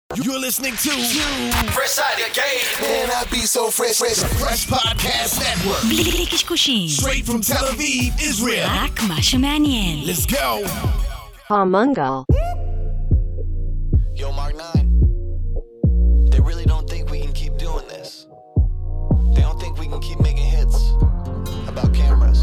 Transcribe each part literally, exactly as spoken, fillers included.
You're listening to Fresh Out of Game. Man, I be so fresh, fresh, fresh podcast network. בלי קשקושים. Straight from Tel Aviv, Israel. רק מה שמעניין. Let's go. Palmungal. Yo, Mark nine. They really don't think we can keep doing this. They don't think we can keep making hits about cameras.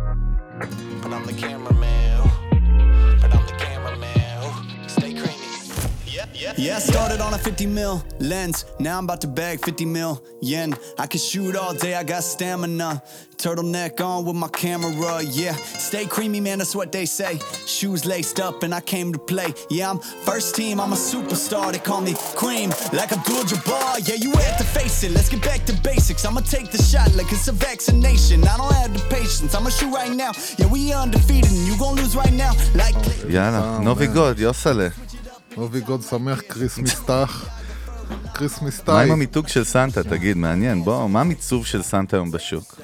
But I'm the cameraman. But I'm the cameraman. Stay creamy. Yeah, yeah. Yeah, I started on a fifty mil lens. Now I'm about to bag fifty mil yen. I can shoot all day, I got stamina. Turtleneck on with my camera, yeah. Stay creamy, man, that's what they say. Shoes laced up and I came to play. Yeah, I'm first team, I'm a superstar. They call me Cream, like Abdul-Jabbar. Yeah, you have to face it, let's get back to basics. I'ma take the shot like it's a vaccination. I don't have the patience, I'ma shoot right now. Yeah, we undefeated and you gon' lose right now. Like... יאללה, נובי גוד, יוסלה. נובי גוד שמח, קריס מסתח. קריס מסתח. מה עם המיתוג של סנטה, תגיד, מעניין. בוא, מה המיצוב של סנטה היום בשוק?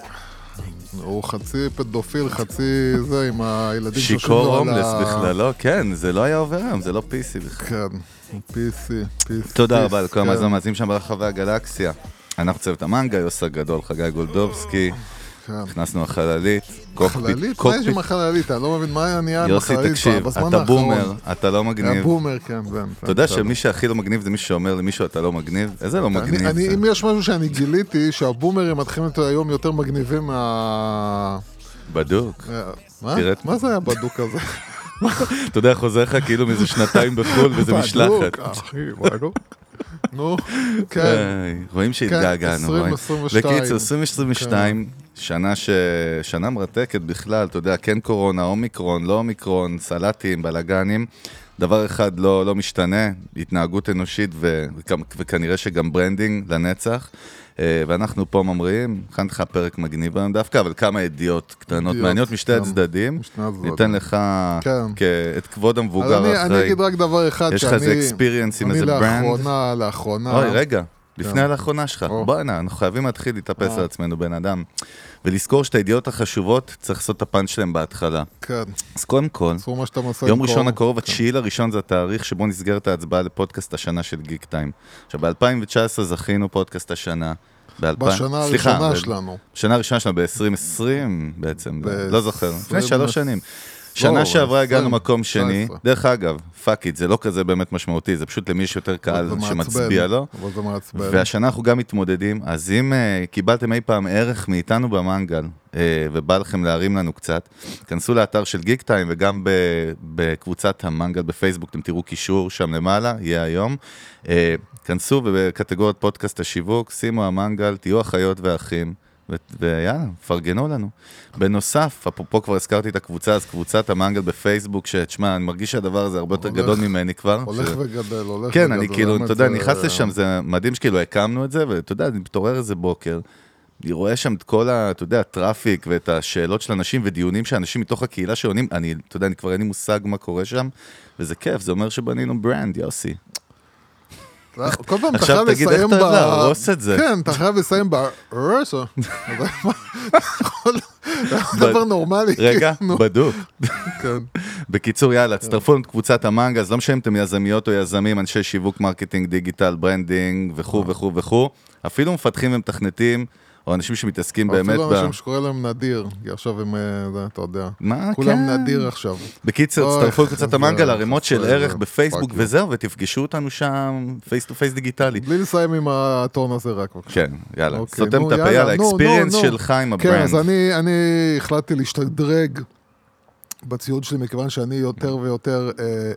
הוא חצי פדופיל, חצי זה, עם הילדים שיקור הומלס בכלל, לא? כן, זה לא היה עובר היום, זה לא פיסי בכלל. כן, פיסי, פיסי. תודה רבה לכל המאזינים שם ברחבי הגלקסיה. אנחנו צוות המנגה, יוסר גדול, חגי גולדובסקי. נכנסנו החללית. החללית? מה יש עם החללית? אני לא מבין מה היה נהיה עם יוסי, החללית תקשיב, אתה בומר, אתה לא מגניב. אתה בומר, כן. אתה יודע שמי שהכי לא מגניב זה מי שאומר למישהו אתה לא מגניב? איזה לא מגניב זה? אם יש משהו שאני גיליתי, שהבומרים מתחילים את היום יותר מגניבים מה... בדוק. מה? מה זה היה בדוק הזה? אתה יודע, חוזר לך כאילו מאיזה שנתיים בחול וזה משלחת. בדוק, אחי, בדוק. נו, כן. רואים שהתגעגענו. עשרים עשרים ושתיים. בקיצור, עשרים עשרים ושתיים, שנה ש... שנה מרתקת בכלל, אתה יודע, כן קורונה, אומיקרון, לא אומיקרון, סלטים, בלגנים. דבר אחד לא, לא משתנה, התנהגות אנושית ו... וכנראה שגם ברנדינג לנצח. ואנחנו פה ממריאים, הכנתי לך פרק מגניב היום דווקא, אבל כמה ידיעות קטנות, מעניינות משתי הצדדים. ניתן לך את כבוד המבוגר אחרי. אני אגיד רק דבר אחד, יש לך איזה אקספיריאנס עם איזה ברנד. אני לאחרונה, לאחרונה. אוי, רגע, לפני הלאחרונה שלך. בוא הנה, אנחנו חייבים להתחיל להתאפס על עצמנו בן אדם. ולזכור שאת הידיעות החשובות צריך לעשות את הפאנץ' שלהם בהתחלה. כן. אז קודם כל, יום ראשון הקרוב, התשיעי לראשון זה התאריך שבו נסגר את ההצבעה לפודקאסט השנה של גיק טיים. עכשיו, ב-אלפיים תשע עשרה זכינו פודקאסט השנה. בשנה הראשונה שלנו. בשנה הראשונה שלנו, ב-עשרים עשרים בעצם, לא זוכר, לפני שלוש שנים. שנה שעברה הגענו מקום שני, דרך אגב, פאק איט, זה לא כזה באמת משמעותי, זה פשוט למי יש יותר קהל שמצביע לו, והשנה אנחנו גם מתמודדים, אז אם קיבלתם אי פעם ערך מאיתנו במנגל, ובא לכם להרים לנו קצת, כנסו לאתר של גיק טיים, וגם בקבוצת המנגל בפייסבוק, אתם תראו קישור שם למעלה, יהיה היום, כנסו ובקטגוריית פודקאסט השיווק, שימו המנגל, תהיו אחיות ואחים, ויאללה, פרגנו לנו. בנוסף, אפרופו כבר הזכרתי את הקבוצה, אז קבוצת המנגל בפייסבוק, שתשמע, אני מרגיש שהדבר הזה הרבה יותר גדול ממני כבר. הולך וגדל, הולך וגדל. כן, אני כאילו, אתה יודע, נכנס לשם, זה מדהים שכאילו הקמנו את זה, ואתה יודע, אני מתעורר איזה בוקר, אני רואה שם את כל ה, אתה יודע, הטראפיק ואת השאלות של אנשים ודיונים שאנשים מתוך הקהילה שעונים, אני, אתה יודע, אני כבר אין לי מושג מה קורה שם, וזה כיף, זה אומר שבנינו ברנד, יוסי. כל פעם אתה חייב לסיים ב... זה. כן, אתה חייב לסיים ברסו. דבר נורמלי. רגע, בדוק. בקיצור, יאללה, תצטרפו לקבוצת המנגה, אז לא משנה אם אתם יזמיות או יזמים, אנשי שיווק, מרקטינג, דיגיטל, ברנדינג וכו' וכו' וכו'. אפילו מפתחים ומתכנתים, או אנשים שמתעסקים באמת... אפילו אנשים שקוראים להם נדיר, כי עכשיו הם, אתה יודע. מה? כולם נדיר עכשיו. בקיצור, תצטרפו לקבוצת המנגל, הרימות של ערך בפייסבוק וזהו, ותפגשו אותנו שם, פייס טו פייס דיגיטלי. בלי לסיים עם הטון הזה רק. כן, יאללה. סותם את הפה, יאללה, האקספיריאנס שלך עם הברנד. כן, אז אני החלטתי להשתדרג בציוד שלי, מכיוון שאני יותר ויותר...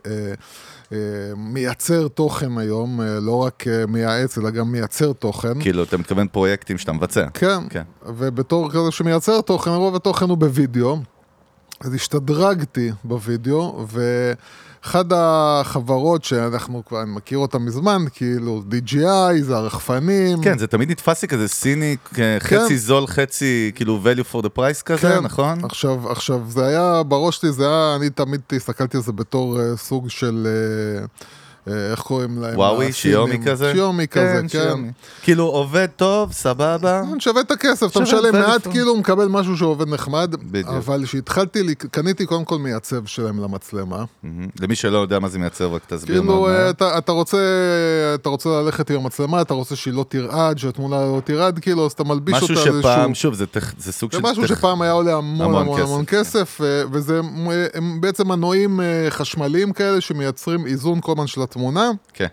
מייצר תוכן היום, לא רק מייעץ, אלא גם מייצר תוכן. כאילו, אתה מתכוון פרויקטים שאתה מבצע. כן, כן. ובתור כזה שמייצר תוכן, רוב התוכן הוא בווידאו, אז השתדרגתי בווידאו, ואחד החברות שאנחנו כבר, אני מכיר אותם מזמן, כאילו, די ג'י איי, זה הרחפנים. כן, זה תמיד נתפס לי כזה סיני, חצי זול, חצי, כאילו, value for the price כזה, נכון? עכשיו, עכשיו, זה היה, בראש שלי, זה היה, אני תמיד הסתכלתי על זה בתור סוג של איך קוראים להם? וואוי, שיומי כזה? שיומי כזה, כן. כאילו עובד טוב, סבבה? שווה את הכסף, אתה משלם מעט, כאילו הוא מקבל משהו שעובד נחמד, אבל שהתחלתי, קניתי קודם כל מייצב שלהם למצלמה. למי שלא יודע מה זה מייצב, רק תסביר. כאילו, אתה רוצה ללכת עם המצלמה, אתה רוצה שהיא לא תרעד, שהתמונה לא תרעד, כאילו, אז אתה מלביש אותה. משהו שפעם, שוב, זה סוג של... זה משהו שפעם היה עולה המון המון המון כסף, וזה בעצם מנועים חשמליים כאלה שמייצרים איזון כל הזמן של התמונה. כן.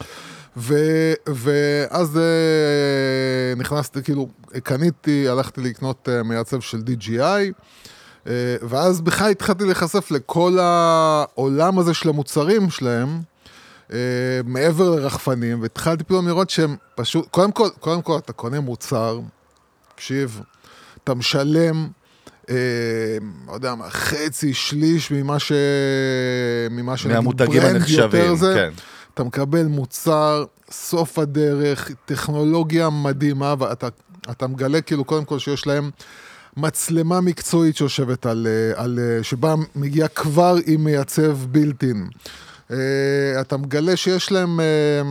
ואז נכנסתי, כאילו, קניתי, הלכתי לקנות מייצב של די ג'י איי, ואז בכלל התחלתי להיחשף לכל העולם הזה של המוצרים שלהם, מעבר לרחפנים, והתחלתי פתאום לראות שהם פשוט, קודם כל, קודם כל אתה קונה מוצר, תקשיב, אתה משלם, לא יודע מה, חצי, שליש ממה ש... ממה ש... מהמותגים הנחשבים, כן. אתה מקבל מוצר, סוף הדרך, טכנולוגיה מדהימה, ואתה אתה מגלה כאילו קודם כל שיש להם מצלמה מקצועית שיושבת על, על, שבה מגיע כבר עם מייצב בילטין. אתה מגלה שיש להם,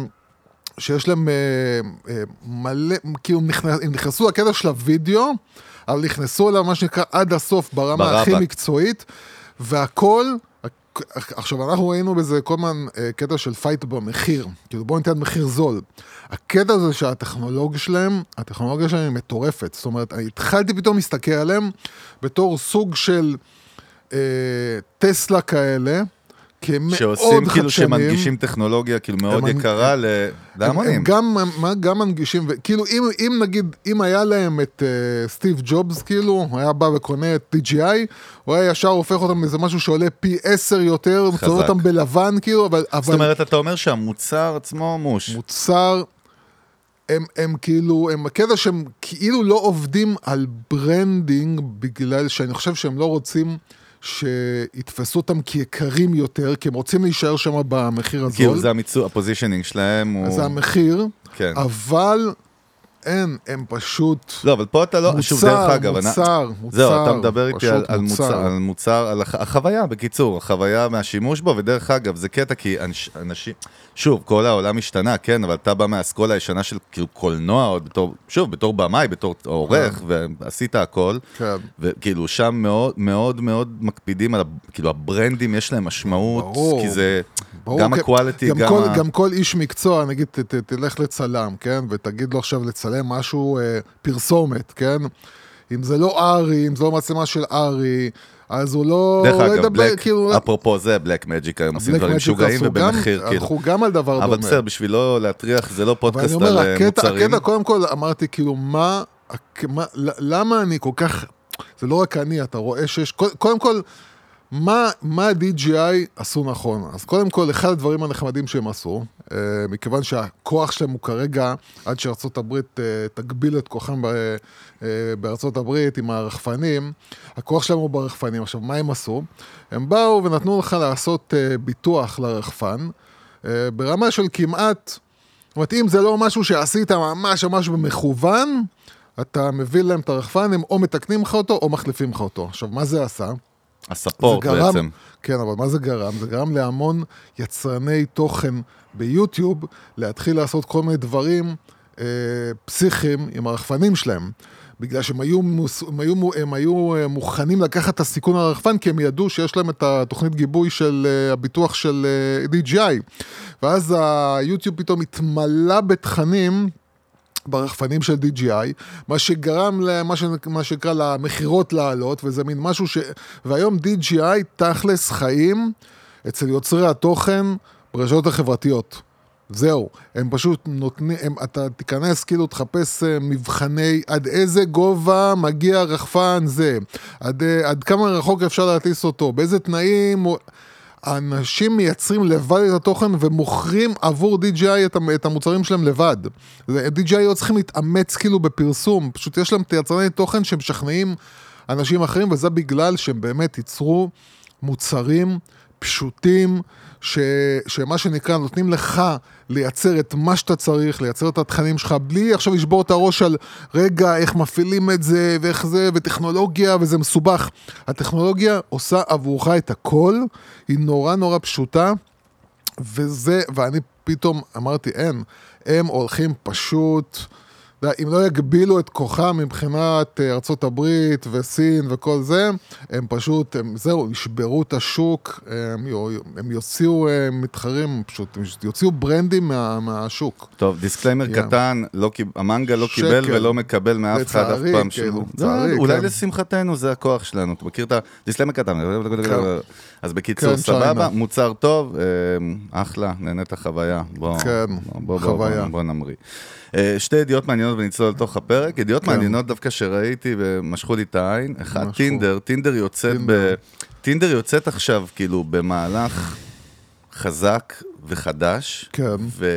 שיש להם מלא, כאילו הם נכנסו לקטע של הוידאו, אבל נכנסו אליו מה שנקרא עד הסוף ברמה ברבק. הכי מקצועית, והכל, עכשיו אנחנו ראינו בזה כל הזמן קטע של פייט במחיר, כאילו בואו ניתן מחיר זול. הקטע הזה שהטכנולוגיה שלהם, הטכנולוגיה שלהם היא מטורפת, זאת אומרת, התחלתי פתאום להסתכל עליהם בתור סוג של אה, טסלה כאלה, שעושים כאילו שמנגישים טכנולוגיה כאילו מאוד יקרה להמונים. גם מנגישים, כאילו אם נגיד, אם היה להם את סטיב ג'ובס כאילו, הוא היה בא וקונה את די ג'י איי, הוא היה ישר הופך אותם לזה משהו שעולה פי עשר יותר, מצוא אותם בלבן כאילו, אבל... זאת אומרת, אתה אומר שהמוצר עצמו מוש. מוצר, הם כאילו, הם הקטע שהם כאילו לא עובדים על ברנדינג, בגלל שאני חושב שהם לא רוצים... שיתפסו אותם כיקרים יותר, כי הם רוצים להישאר שם במחיר הזול. כאילו זה המיצוע, הפוזישנינג שלהם הוא... זה המחיר, כן. אבל אין, הם פשוט... לא, אבל פה אתה לא... מוצר, שוב, דרך אגב, מוצר, אני... מוצר. זהו, אתה מדבר איתי על, על מוצר. מוצר, על מוצר, על החוויה, בקיצור, החוויה מהשימוש בו, ודרך אגב, זה קטע כי אנשים... שוב, כל העולם השתנה, כן, אבל אתה בא מהאסכולה הישנה של כאילו קולנוע, עוד בתור, שוב, בתור במאי, בתור עורך, ועשית הכל, כן. וכאילו שם מאוד מאוד מאוד מקפידים על, כאילו הברנדים יש להם משמעות, ברור, כי זה ברור, גם הקואליטי, גם... גם, כל, ה... גם כל איש מקצוע, נגיד, ת, ת, תלך לצלם, כן, ותגיד לו עכשיו לצלם משהו, אה, פרסומת, כן, אם זה לא ארי, אם זה לא מצלמה של ארי, אז הוא לא... דרך לא אגב, ידבר, בלק, כאילו... אפרופו זה, בלק מג'יק היום עושים דברים שוגעים ובמחיר, כאילו. הלכו גם על דבר דומה. אבל בסדר, בשביל לא להטריח, זה לא פודקאסט על אומר, הקטע, מוצרים. הקטע, קודם כל, אמרתי, כאילו, מה, מה, למה אני כל כך... זה לא רק אני, אתה רואה שיש... קודם כל, מה, מה די ג'י איי עשו נכון? אז קודם כל, אחד הדברים הנחמדים שהם עשו, אה, מכיוון שהכוח שלהם הוא כרגע, עד שארצות הברית אה, תגביל את כוחם ב, אה, בארצות הברית עם הרחפנים, הכוח שלהם הוא ברחפנים. עכשיו, מה הם עשו? הם באו ונתנו לך לעשות אה, ביטוח לרחפן, אה, ברמה של כמעט, זאת אומרת, אם זה לא משהו שעשית ממש או משהו במכוון, אתה מביא להם את הרחפן, הם או מתקנים לך אותו או מחליפים לך אותו. עכשיו, מה זה עשה? הספורט גרם, בעצם. כן, אבל מה זה גרם? זה גרם להמון יצרני תוכן ביוטיוב, להתחיל לעשות כל מיני דברים אה, פסיכיים עם הרחפנים שלהם. בגלל שהם היו, הם היו, הם היו מוכנים לקחת את הסיכון על הרחפן, כי הם ידעו שיש להם את התוכנית גיבוי של uh, הביטוח של uh, די ג'י איי. ואז היוטיוב פתאום התמלא בתכנים, ברחפנים של די ג'י איי, מה שגרם למה ש... מה שקרא למחירות לעלות, וזה מין משהו ש... והיום די ג'י איי תכלס חיים אצל יוצרי התוכן ברשתות החברתיות. זהו, הם פשוט נותנים, הם, אתה תיכנס כאילו תחפש מבחני עד איזה גובה מגיע רחפן זה, עד, עד כמה רחוק אפשר להטיס אותו, באיזה תנאים... האנשים מייצרים לבד את התוכן ומוכרים עבור די ג'י איי את המוצרים שלהם לבד. די ג'י איי לא צריכים להתאמץ כאילו בפרסום, פשוט יש להם יצרני תוכן שמשכנעים אנשים אחרים, וזה בגלל שהם באמת ייצרו מוצרים פשוטים, ש... שמה שנקרא נותנים לך לייצר את מה שאתה צריך, לייצר את התכנים שלך, בלי עכשיו לשבור את הראש על רגע, איך מפעילים את זה, ואיך זה, וטכנולוגיה, וזה מסובך. הטכנולוגיה עושה עבורך את הכל, היא נורא נורא פשוטה, וזה, ואני פתאום אמרתי, אין, הם הולכים פשוט, אם לא יגבילו את כוחם מבחינת ארצות הברית וסין וכל זה, הם פשוט, הם, זהו, ישברו את השוק, הם, הם יוציאו מתחרים, פשוט, יוציאו ברנדים מה, מהשוק. טוב, דיסקליימר yeah. קטן, לא, המנגה לא שקל, קיבל ולא מקבל מאף אחד אף פעם שלו. לצערי, אולי כן. לשמחתנו זה הכוח שלנו, אתה מכיר את הדיסקליימר קטן, אז בקיצור, כן, סבבה, מוצר טוב, אחלה, נהנית החוויה. בוא, כן, בוא, בוא, חוויה. בוא, בוא נמריא. שתי ידיעות מעניינות ונצלול לתוך הפרק, ידיעות כן. מעניינות דווקא שראיתי ומשכו לי את העין, אחד, משכו. טינדר, טינדר יוצאת, טינדר. ב... טינדר יוצאת עכשיו כאילו במהלך חזק וחדש, כן.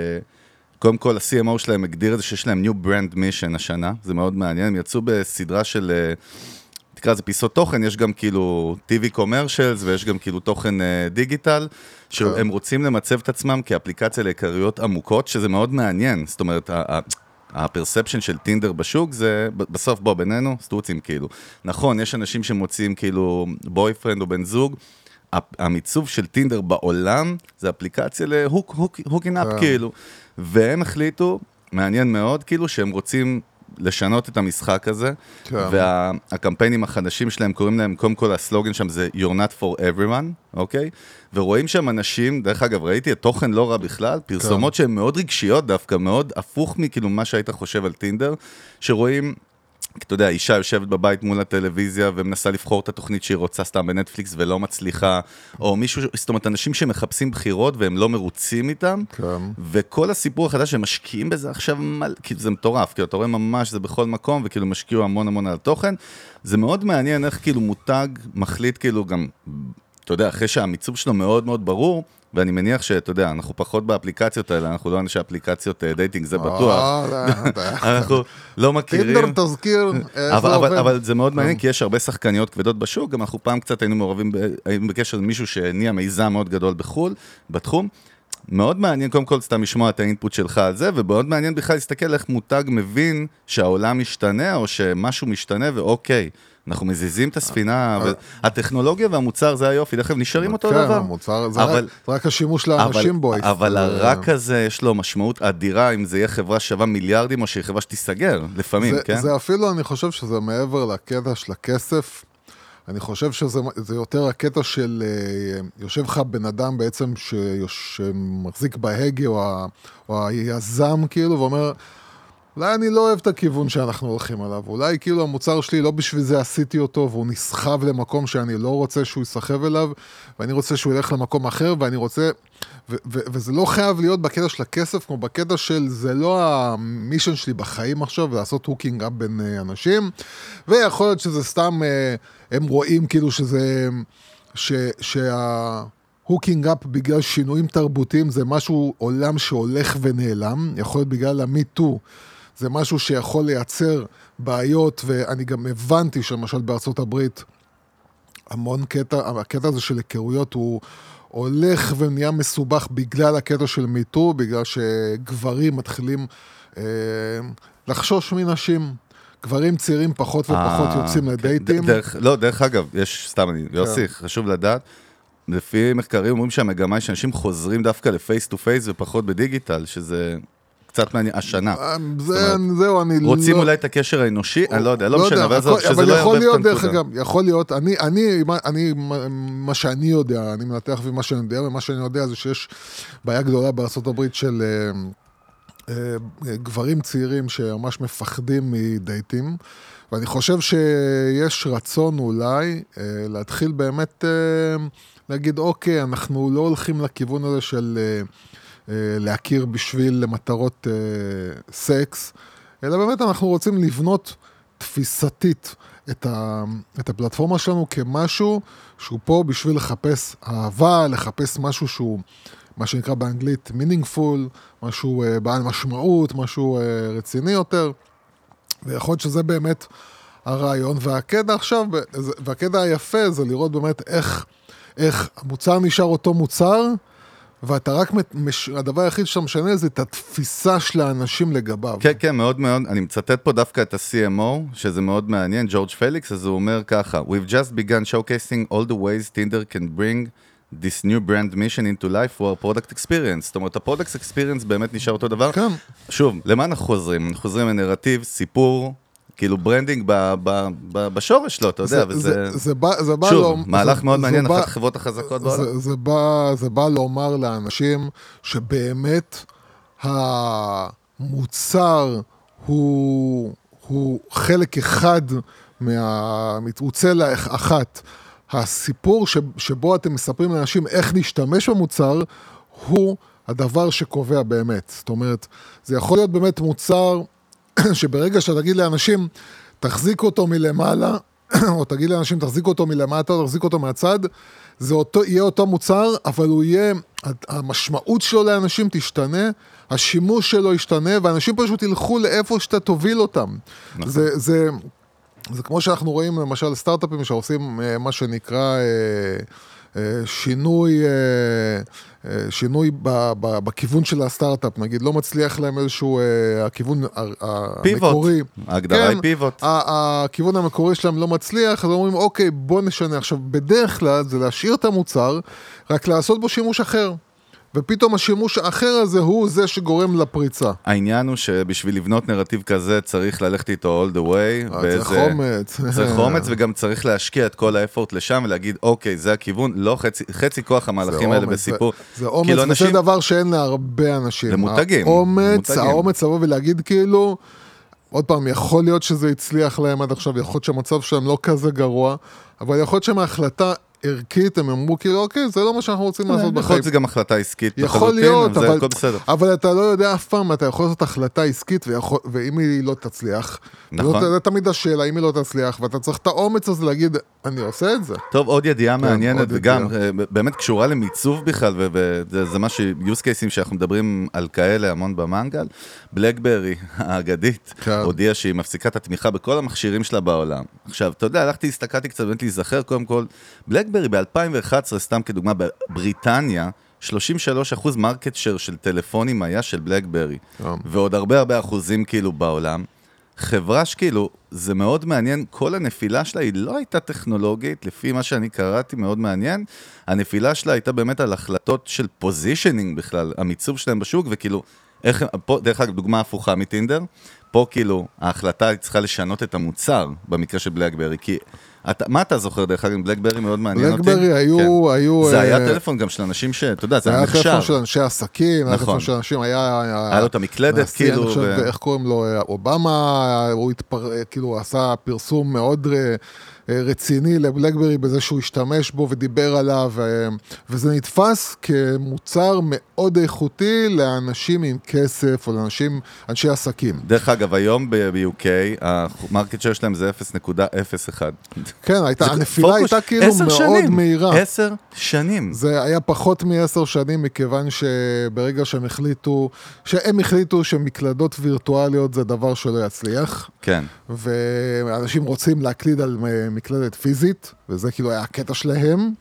וקודם כל ה-סי אם או שלהם הגדיר את זה שיש להם New Brand Mission השנה, זה מאוד מעניין, הם יצאו בסדרה של, תקרא זה פיסות תוכן, יש גם כאילו טי וי Commercials ויש גם כאילו תוכן דיגיטל, שהם רוצים למצב את עצמם כאפליקציה לעיקריות עמוקות, שזה מאוד מעניין, זאת אומרת, הפרספשן של טינדר בשוק זה, בסוף בוא בינינו, סטוצים כאילו. נכון, יש אנשים שמוצאים כאילו בויפרנד או בן זוג, המיצוב של טינדר בעולם, זה אפליקציה להוקינג אפ כאילו, והם החליטו, מעניין מאוד, כאילו שהם רוצים לשנות את המשחק הזה, והקמפיינים החדשים שלהם קוראים להם, קודם כל הסלוגן שם זה You're not for everyone, אוקיי? ורואים שם אנשים, דרך אגב, ראיתי את תוכן לא רע בכלל, פרסומות שהן מאוד רגשיות דווקא, מאוד הפוך מכאילו מה שהיית חושב על טינדר, שרואים, אתה יודע, אישה יושבת בבית מול הטלוויזיה ומנסה לבחור את התוכנית שהיא רוצה סתם בנטפליקס ולא מצליחה, או מישהו, זאת אומרת, אנשים שמחפשים בחירות והם לא מרוצים איתם, וכל הסיפור החדש שהם משקיעים בזה עכשיו, כאילו זה מטורף, כאילו אתה רואה ממש, זה בכל מקום, וכאילו משקיעו המון המון על התוכן, זה מאוד מעניין איך כאילו מותג מחליט כאילו גם, אתה יודע, אחרי שהמיצוב שלו מאוד מאוד ברור, ואני מניח שאתה יודע, אנחנו פחות באפליקציות האלה, אנחנו לא אנשי אפליקציות דייטינג, זה בטוח. אנחנו לא מכירים. טינדר תזכיר, אבל זה מאוד מעניין, כי יש הרבה שחקניות כבדות בשוק, גם אנחנו פעם קצת היינו מעורבים, היינו בקשר עם מישהו שהניע מיזם מאוד גדול בחול, בתחום. מאוד מעניין, קודם כל, סתם לשמוע את האינפוט שלך על זה, ומאוד מעניין בכלל להסתכל איך מותג מבין שהעולם משתנה, או שמשהו משתנה, ואוקיי, אנחנו מזיזים את הספינה, והטכנולוגיה והמוצר זה היופי, דרך כלל נשארים אותו דבר. כן, המוצר, זה רק השימוש לאנשים בו. אבל הרק הזה יש לו משמעות אדירה, אם זה יהיה חברה שווה מיליארדים, או שהיא חברה שתיסגר, לפעמים, כן? זה אפילו, אני חושב שזה מעבר לקטע של הכסף, אני חושב שזה יותר הקטע של, יושב לך בן אדם בעצם שמחזיק בהגה, או היזם כאילו, ואומר, אולי אני לא אוהב את הכיוון שאנחנו הולכים עליו, אולי כאילו המוצר שלי לא בשביל זה עשיתי אותו, והוא נסחב למקום שאני לא רוצה שהוא יסחב אליו, ואני רוצה שהוא ילך למקום אחר, ואני רוצה, ו- ו- וזה לא חייב להיות בקטע של הכסף, כמו בקטע של זה לא המישן שלי בחיים עכשיו, לעשות הוקינג אפ בין אנשים, ויכול להיות שזה סתם, הם רואים כאילו שזה, ש- שה... הוקינג אפ בגלל שינויים תרבותיים, זה משהו, עולם שהולך ונעלם, יכול להיות בגלל המיטו, זה משהו שיכול לייצר בעיות, ואני גם הבנתי שלמשל בארצות הברית, המון קטע, הקטע הזה של היכרויות הוא הולך ונהיה מסובך בגלל הקטע של מיטו, בגלל שגברים מתחילים אה, לחשוש מנשים, גברים צעירים פחות ופחות יוצאים לדייטים. דרך, לא, דרך אגב, יש סתם, אני יוסי, חשוב לדעת, לפי מחקרים אומרים שהמגמה היא שאנשים חוזרים דווקא לפייס טו פייס ופחות בדיגיטל, שזה קצת מעניין, השנה. זהו, אני לא... רוצים אולי את הקשר האנושי, אני לא יודע, לא משנה, אבל יכול להיות דרך אגב, יכול להיות, אני, מה שאני יודע, אני מנתח ומה שאני יודע, ומה שאני יודע זה שיש בעיה גדולה בארצות הברית של גברים צעירים שממש מפחדים מדייטים, ואני חושב שיש רצון אולי להתחיל באמת להגיד, אוקיי, אנחנו לא הולכים לכיוון הזה של להכיר בשביל למטרות סקס, אלא באמת אנחנו רוצים לבנות תפיסתית את, ה, את הפלטפורמה שלנו כמשהו שהוא פה בשביל לחפש אהבה, לחפש משהו שהוא, מה שנקרא באנגלית meaningful, משהו בעל משמעות, משהו רציני יותר, ויכול להיות שזה באמת הרעיון, והקטע עכשיו, והקטע היפה זה לראות באמת איך, איך המוצר נשאר אותו מוצר, ואתה רק, הדבר היחיד שאתה משנה זה את התפיסה של האנשים לגביו. כן, כן, מאוד מאוד, אני מצטט פה דווקא את ה-סי אם או, שזה מאוד מעניין, ג'ורג' פליקס, אז הוא אומר ככה, We've just begun showcasing all the ways Tinder can bring this new brand mission into life for product experience. זאת אומרת, ה-product experience באמת נשאר אותו דבר. כן. שוב, למה אנחנו חוזרים? אנחנו חוזרים לנרטיב, סיפור, כאילו ברנדינג ב- ב- ב- בשורש שלו, אתה יודע, זה, וזה... זה, זה בא, זה בא שוב, לא, מהלך זה, מאוד זה מעניין, בא, אחת החברות החזקות בעולם. זה, זה, בא, זה בא לומר לאנשים שבאמת המוצר הוא, הוא חלק אחד מה... הוא צלע אחת. הסיפור ש, שבו אתם מספרים לאנשים איך להשתמש במוצר, הוא הדבר שקובע באמת. זאת אומרת, זה יכול להיות באמת מוצר שברגע שאתה תגיד לאנשים, תחזיק אותו מלמעלה, או תגיד לאנשים, תחזיק אותו מלמטה, או תחזיק אותו מהצד, זה אותו, יהיה אותו מוצר, אבל הוא יהיה, המשמעות שלו לאנשים תשתנה, השימוש שלו ישתנה, ואנשים פשוט ילכו לאיפה שאתה תוביל אותם. נכון. זה, זה, זה כמו שאנחנו רואים, למשל, סטארט-אפים שעושים מה שנקרא שינוי, שינוי בכיוון של הסטארט-אפ, נגיד, לא מצליח להם איזשהו, הכיוון המקורי. ההגדרה היא פיבוט. הכיוון המקורי שלהם לא מצליח, אז אומרים, אוקיי, בוא נשנה. עכשיו, בדרך כלל זה להשאיר את המוצר, רק לעשות בו שימוש אחר. ופתאום השימוש האחר הזה הוא זה שגורם לפריצה. העניין הוא שבשביל לבנות נרטיב כזה צריך ללכת איתו all the way. צריך חומץ. צריך חומץ וגם צריך להשקיע את כל האפורט לשם ולהגיד, אוקיי, זה הכיוון, לא חצי, חצי כוח המהלכים האלה בסיפור. זה אומץ, וזה דבר שאין להרבה אנשים. למותגים. האומץ, האומץ לבוא ולהגיד כאילו, עוד פעם, יכול להיות שזה הצליח להם עד עכשיו, יכול להיות שהמצב שלהם לא כזה גרוע, אבל יכול להיות שמההחלטה ערכית, הם אמרו כאילו, אוקיי, זה לא מה שאנחנו רוצים לעשות בחיים. יכול להיות זה גם החלטה עסקית. יכול להיות, אבל אתה לא יודע אף פעם, אתה יכול לעשות החלטה עסקית, ואם היא לא תצליח, זה תמיד השאלה, אם היא לא תצליח, ואתה צריך את האומץ הזה להגיד, אני עושה את זה. טוב, עוד ידיעה מעניינת, וגם באמת קשורה למיצוב בכלל, וזה מה ש-use cases שאנחנו מדברים על כאלה המון במנגל, בלקברי האגדית, הודיעה שהיא מפסיקה את התמיכה בכל המכשירים שלה בעולם. עכשיו, אתה יודע, הלכתי, הסתכלתי קצת, באמת להיזכר, קודם כל, בלקברי ב-אלפיים ואחת עשרה, סתם כדוגמה, בבריטניה, שלושים ושלושה אחוז מרקט שייר של טלפונים היה של בלקברי, ועוד הרבה הרבה אחוזים כאילו בעולם. חברה שכאילו, זה מאוד מעניין, כל הנפילה שלה היא לא הייתה טכנולוגית, לפי מה שאני קראתי, מאוד מעניין. הנפילה שלה הייתה באמת על החלטות של פוזישנינג בכלל, המיצוב שלהם בשוק, וכאילו, איך, פה, דרך אגב, דוגמה הפוכה מטינדר, פה כאילו, ההחלטה צריכה לשנות את המוצר, במקרה של בלקברי, כי אתה, מה אתה זוכר דרך אגב? בלקברי מאוד מעניין אותי. בלקברי היו, כן. היו... זה היה טלפון גם של אנשים ש... אתה יודע, זה היה נחשב. היה טלפון של אנשי עסקים, היה טלפון של אנשים, היה... היה לו את המקלדת, כאילו... אני חושב, איך קוראים לו? אובמה, הוא התפר... כאילו, עשה פרסום מאוד רציני לבלקברי בזה שהוא השתמש בו ודיבר עליו, וזה נתפס כמוצר מאוד איכותי לאנשים עם כסף, או לאנשים, אנשי עסקים. דרך אגב, היום ב-יו קיי, המרקט שייר שלהם זה אפס נקודה אפס אחת. כן, הנפילה הייתה כאילו מאוד מהירה. עשר שנים. זה היה פחות מעשר שנים, מכיוון שברגע שהם החליטו, שהם החליטו שמקלדות וירטואליות זה דבר שלא יצליח. כן. ואנשים רוצים להקליד על מקלדת פיזית, וזה כאילו היה הקטע שלהם.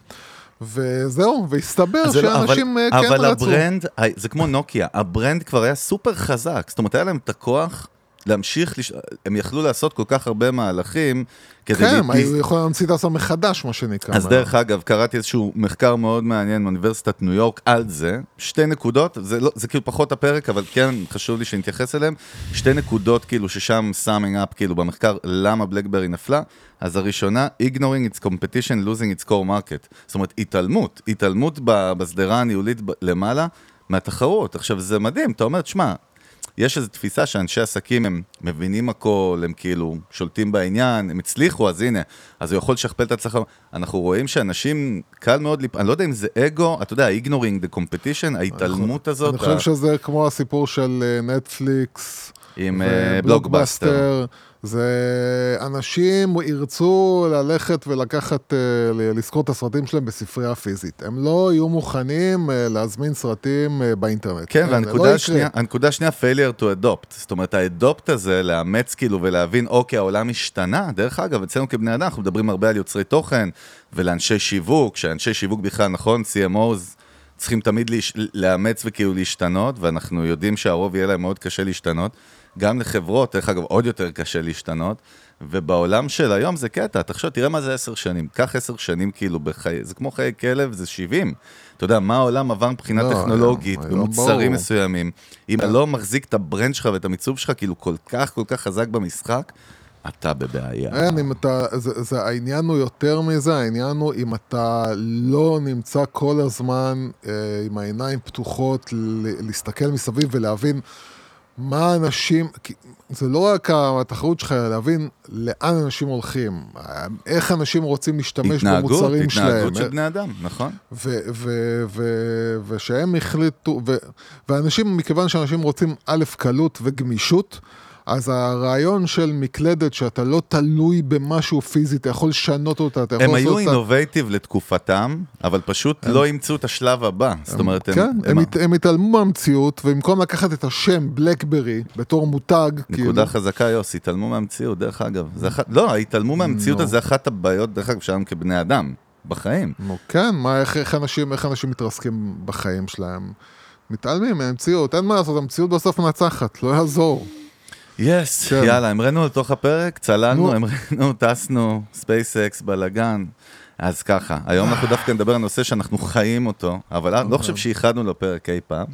וזהו, והסתבר שאנשים כן רצו. אבל הברנד, זה כמו נוקיה, הברנד כבר היה סופר חזק. זאת אומרת, היה להם את הכוח להמשיך, הם יכלו לעשות כל כך הרבה מהלכים, כן, הם יכולים להמציא את עצמם מחדש, מה שנקרא. אז דרך אגב, קראתי איזשהו מחקר מאוד מעניין מאוניברסיטת ניו יורק על זה, שתי נקודות, זה, לא, זה כאילו פחות הפרק, אבל כן חשוב לי שנתייחס אליהם, שתי נקודות כאילו ששם summing up כאילו במחקר, למה בלקברי נפלה, אז הראשונה, ignoring its competition, losing its core market. זאת אומרת, התעלמות, התעלמות בסדרה הניהולית למעלה מהתחרות. עכשיו, זה מדהים, אתה אומר, תשמע, יש איזו תפיסה שאנשי עסקים הם מבינים הכל, הם כאילו שולטים בעניין, הם הצליחו, אז הנה, אז הוא יכול לשכפל את הצלחה. אנחנו רואים שאנשים, קל מאוד, אני לא יודע אם זה אגו, אתה יודע, ignoring the competition, ההתעלמות הזאת. אני חושב שזה כמו הסיפור של נטפליקס, עם בלוקבאסטר. זה אנשים ירצו ללכת ולקחת, לזכור את הסרטים שלהם בספרייה פיזית. הם לא יהיו מוכנים להזמין סרטים באינטרנט. כן, והנקודה השנייה, הנקודה השנייה, failure to adopt. זאת אומרת, האדופט הזה, לאמץ כאילו ולהבין, אוקיי, העולם השתנה. דרך אגב, אצלנו כבני אדם, אנחנו מדברים הרבה על יוצרי תוכן, ולאנשי שיווק, שאנשי שיווק בכלל, נכון, סי אם או'ז, צריכים תמיד לאמץ וכאילו להשתנות, ואנחנו יודעים שהרוב יהיה להם מאוד קשה להשתנות. גם לחברות, דרך אגב, עוד יותר קשה להשתנות, ובעולם של היום זה קטע, תחשוב, תראה מה זה עשר שנים, קח עשר שנים כאילו בחיי, זה כמו חיי כלב, זה שבעים. אתה יודע, מה העולם עבר מבחינה לא, טכנולוגית, היום, במוצרים היום מסוימים. אם אתה לא מחזיק את הברנד שלך ואת המיצוב שלך, כאילו כל כך, כל כך חזק במשחק, אתה בבעיה. אין, אם אתה, זה, זה, העניין הוא יותר מזה, העניין הוא אם אתה לא נמצא כל הזמן אה, עם העיניים פתוחות, ל- להסתכל מסביב ולהבין מה אנשים, זה לא רק התחרות שלך, להבין לאן אנשים הולכים, איך אנשים רוצים להשתמש התנהגות, במוצרים התנהגות שלהם. התנהגות של בני אדם, נכון. ו- ו- ו- ושהם החליטו, ו- ואנשים, מכיוון שאנשים רוצים א' קלות וגמישות, אז הרעיון של מקלדת שאתה לא תלוי במשהו פיזי, אתה יכול לשנות אותה, אתה יכול הם לעשות היו אותה. אינובייטיב לתקופתם, אבל פשוט לא ימצאו את השלב הבא. זאת אומרת, כן, הם התעלמו מהמציאות, ובמקום לקחת את השם בלקברי בתור מותג, נקודה חזקה, יוס, התעלמו מהמציאות, דרך אגב. לא, התעלמו מהמציאות, אז זה אחת הבעיות, דרך אגב, שלנו כבני אדם, בחיים. כן, איך אנשים מתרסקים בחיים שלהם? מתעלמים מהמציאות, אין מה לעשות, המציאות בסוף מנצחת, לא יעזור. יס, yes, יאללה, המרנו לתוך הפרק, צללנו, המרנו, טסנו, ספייסקס, בלגן. אז ככה, היום אנחנו דווקא נדבר על נושא שאנחנו חיים אותו, אבל לא חושב שייחדנו לפרק אי פעם.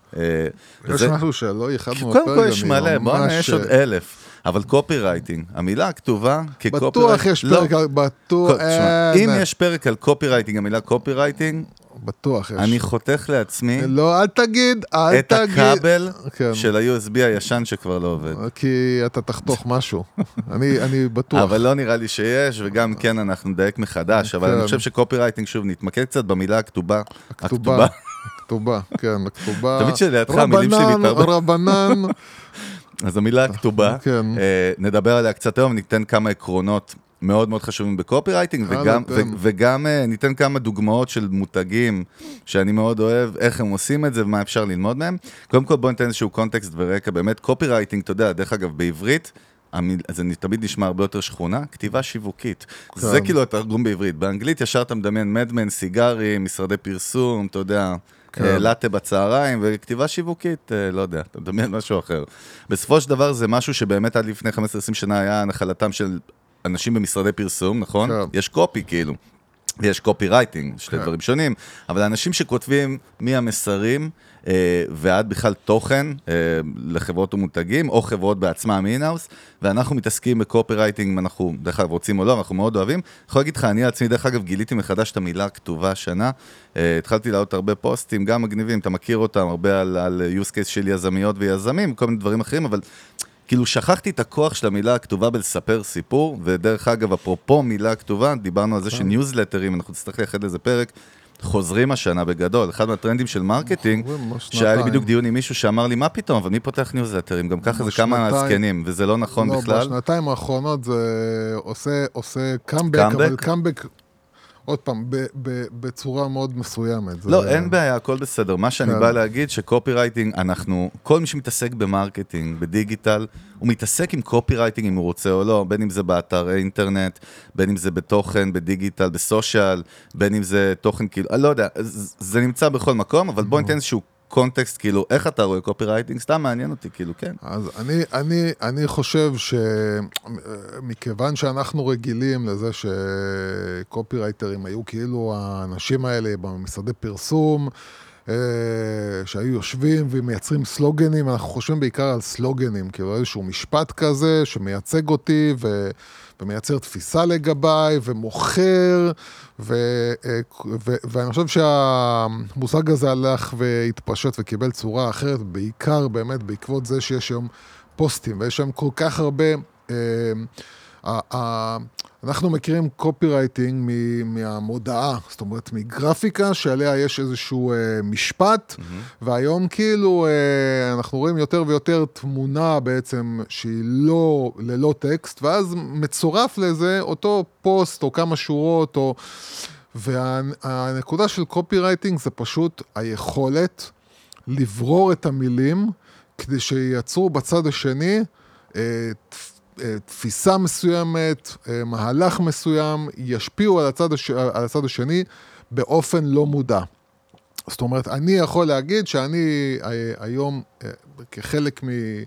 יש משהו שלא ייחדנו לפרק, קודם כל יש מלא, בואו יש עוד אלף. אבל קופי רייטינג, המילה הכתובה כקופי רייטינג. בטוח יש פרק, בטוח. אם יש פרק על קופי רייטינג, המילה קופי רייטינג, בטוח יש. אני חותך לעצמי לא, אל תגיד, אל את תגיד. הכבל של ה-יו אס בי הישן שכבר לא עובד. כי אתה תחתוך משהו. אני, אני בטוח. אבל לא נראה לי שיש, וגם כן אנחנו נדייק מחדש, אבל אני חושב שקופי רייטינג, שוב, נתמקד קצת במילה הכתובה. הכתובה. הכתובה, כן, הכתובה. תמיד שלידך המילים שלי מתערבב. רבנן. אז המילה הכתובה, נדבר עליה קצת היום, ניתן כמה עקרונות מאוד מאוד חשובים בקופי רייטינג, וגם, ו, וגם uh, ניתן כמה דוגמאות של מותגים שאני מאוד אוהב, איך הם עושים את זה ומה אפשר ללמוד מהם. קודם כל בוא ניתן איזשהו קונטקסט ורקע, באמת קופי רייטינג, אתה יודע, דרך אגב בעברית, זה תמיד נשמע הרבה יותר שכונה, כתיבה שיווקית. כן. זה כאילו התרגום בעברית. באנגלית ישר אתה מדמיין מדמן, סיגרי, משרדי פרסום, אתה יודע, כן. לטה בצהריים, וכתיבה שיווקית, לא יודע, אתה מדמיין משהו אחר. בסופו של דבר זה משהו שבאמת עד לפני חמש עשרה עשרים שנה היה נחלתם של אנשים במשרדי פרסום, נכון? כן. יש קופי כאילו, ויש קופי רייטינג, שתי כן. דברים שונים, אבל האנשים שכותבים מי המסרים, אה, ועד בכלל תוכן אה, לחברות ומותגים, או חברות בעצמם אינאוס, ואנחנו מתעסקים בקופי רייטינג, אנחנו דרך אגב רוצים או לא, אנחנו מאוד אוהבים. אני יכול להגיד לך, אני עצמי דרך אגב גיליתי מחדש את המילה הכתובה השנה, אה, התחלתי לעלות הרבה פוסטים, גם מגניבים, אתה מכיר אותם, הרבה על, על use case של יזמיות ויזמים, כל מיני דברים אחרים, אבל כאילו שכחתי את הכוח של המילה הכתובה בלספר סיפור, ודרך אגב, אפרופו מילה הכתובה, דיברנו על זה שניוזלטרים, אנחנו נצטרך לייחד לזה פרק, חוזרים השנה בגדול, אחד מהטרנדים של מרקטינג, שהיה לי בדיוק דיון עם מישהו שאמר לי, מה פתאום, אבל מי פותח ניוזלטרים? גם ככה זה כמה זקנים, וזה לא נכון בכלל. לא, בשנתיים האחרונות זה עושה קאמבק, אבל קאמבק עוד פעם, בצורה מאוד מסוימת. לא, אין בעיה, הכל בסדר. מה שאני בא להגיד, שקופי רייטינג, אנחנו, כל מי שמתעסק במרקטינג, בדיגיטל, הוא מתעסק עם קופי רייטינג אם הוא רוצה או לא, בין אם זה באתר אינטרנט, בין אם זה בתוכן, בדיגיטל, בסושיאל, בין אם זה תוכן, כאילו, אני לא יודע, זה נמצא בכל מקום, אבל בוא ניתן איזשהו קונטקסט, כאילו, איך אתה רואה קופי רייטינג? סתם מעניין אותי, כאילו, כן. אז אני, אני, אני חושב שמכיוון שאנחנו רגילים לזה שקופי רייטרים היו כאילו האנשים האלה במשרדי פרסום, שהיו יושבים ומייצרים סלוגנים, אנחנו חושבים בעיקר על סלוגנים, כאילו איזשהו משפט כזה שמייצג אותי ו... ומייצר תפיסה לגביי, ומוכר, ו, ו, ואני חושב שהמושג הזה הלך והתפשט וקיבל צורה אחרת, בעיקר באמת בעקבות זה שיש היום פוסטים, ויש שם כל כך הרבה, אה, אה, אה, אנחנו מכירים קופי רייטינג מהמודעה, זאת אומרת מגרפיקה שעליה יש איזשהו אה, משפט, mm-hmm. והיום כאילו אה, אנחנו רואים יותר ויותר תמונה בעצם שהיא לא, ללא טקסט, ואז מצורף לזה אותו פוסט או כמה שורות, או... והנקודה של קופי רייטינג זה פשוט היכולת לברור את המילים, כדי שייצרו בצד השני אה, תפיסה מסוימת, מהלך מסוים, ישפיעו על הצד, הש... על הצד השני באופן לא מודע. זאת אומרת, אני יכול להגיד שאני היום, כחלק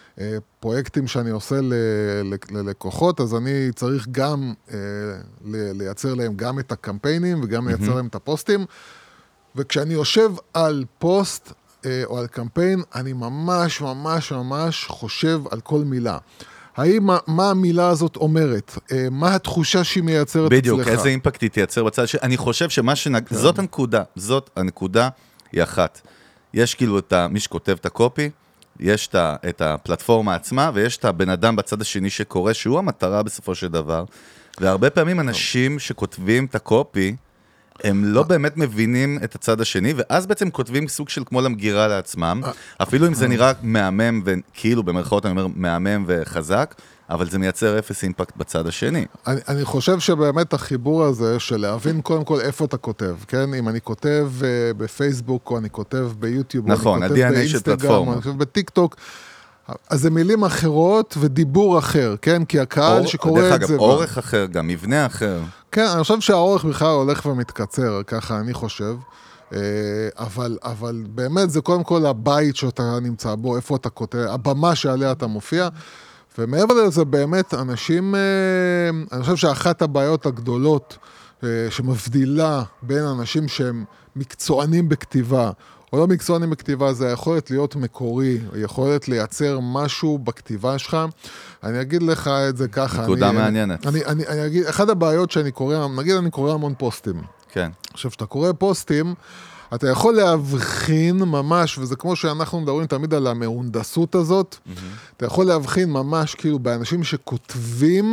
פרויקטים שאני עושה ללקוחות, אז אני צריך גם לייצר להם גם את הקמפיינים, וגם לייצר להם את הפוסטים, וכשאני יושב על פוסט או על קמפיין, אני ממש ממש ממש חושב על כל מילה. האם, מה המילה הזאת אומרת? מה התחושה שהיא מייצרת אצלך? בדיוק, איזה אימפקט היא תייצר בצד ש... אני חושב שמה שנג... כן. זאת הנקודה, זאת הנקודה היא אחת. יש כאילו את מי שכותב את הקופי, יש את הפלטפורמה עצמה, ויש את הבן אדם בצד השני שקורא, שהוא המטרה בסופו של דבר. והרבה פעמים אנשים שכותבים את הקופי, הם לא באמת מבינים את הצד השני, ואז בעצם כותבים סוג של כמו למגירה לעצמם, אפילו אם זה נראה מהמם, וכאילו במרכאות אני אומר מהמם וחזק, אבל זה מייצר אפס אימפקט בצד השני. אני, אני חושב שבאמת החיבור הזה, של להבין קודם כל איפה אתה כותב, כן? אם אני כותב uh, בפייסבוק, או אני כותב ביוטיוב, נכון, או אני כותב ה-די אן איי של פלטפורמה. או אני כותב בטיק טוק, אז זה מילים אחרות ודיבור אחר, כן? כי הקהל שקורא את זה... אורך אחר, גם מבנה אחר. כן, אני חושב שהאורך בכלל הולך ומתקצר, ככה אני חושב. אבל, אבל באמת זה קודם כל הבית שאתה נמצא בו, איפה אתה כותב, הבמה שעליה אתה מופיע, ומעבר לזה באמת אנשים, אני חושב שאחת הבעיות הגדולות שמבדילה בין אנשים שהם מקצוענים בכתיבה, או לא מקצוענים בכתיבה, זה היכולת להיות מקורי, יכולת לייצר משהו בכתיבה שלך. אני אגיד לך את זה ככה. נקודה אני, מעניינת. אני, אני, אני אגיד, אחד הבעיות שאני קורא, נגיד אני קורא המון פוסטים. כן. עכשיו, שאתה קורא פוסטים, אתה יכול להבחין ממש, וזה כמו שאנחנו מדברים תמיד על המהונדסות הזאת, mm-hmm. אתה יכול להבחין ממש כאילו באנשים שכותבים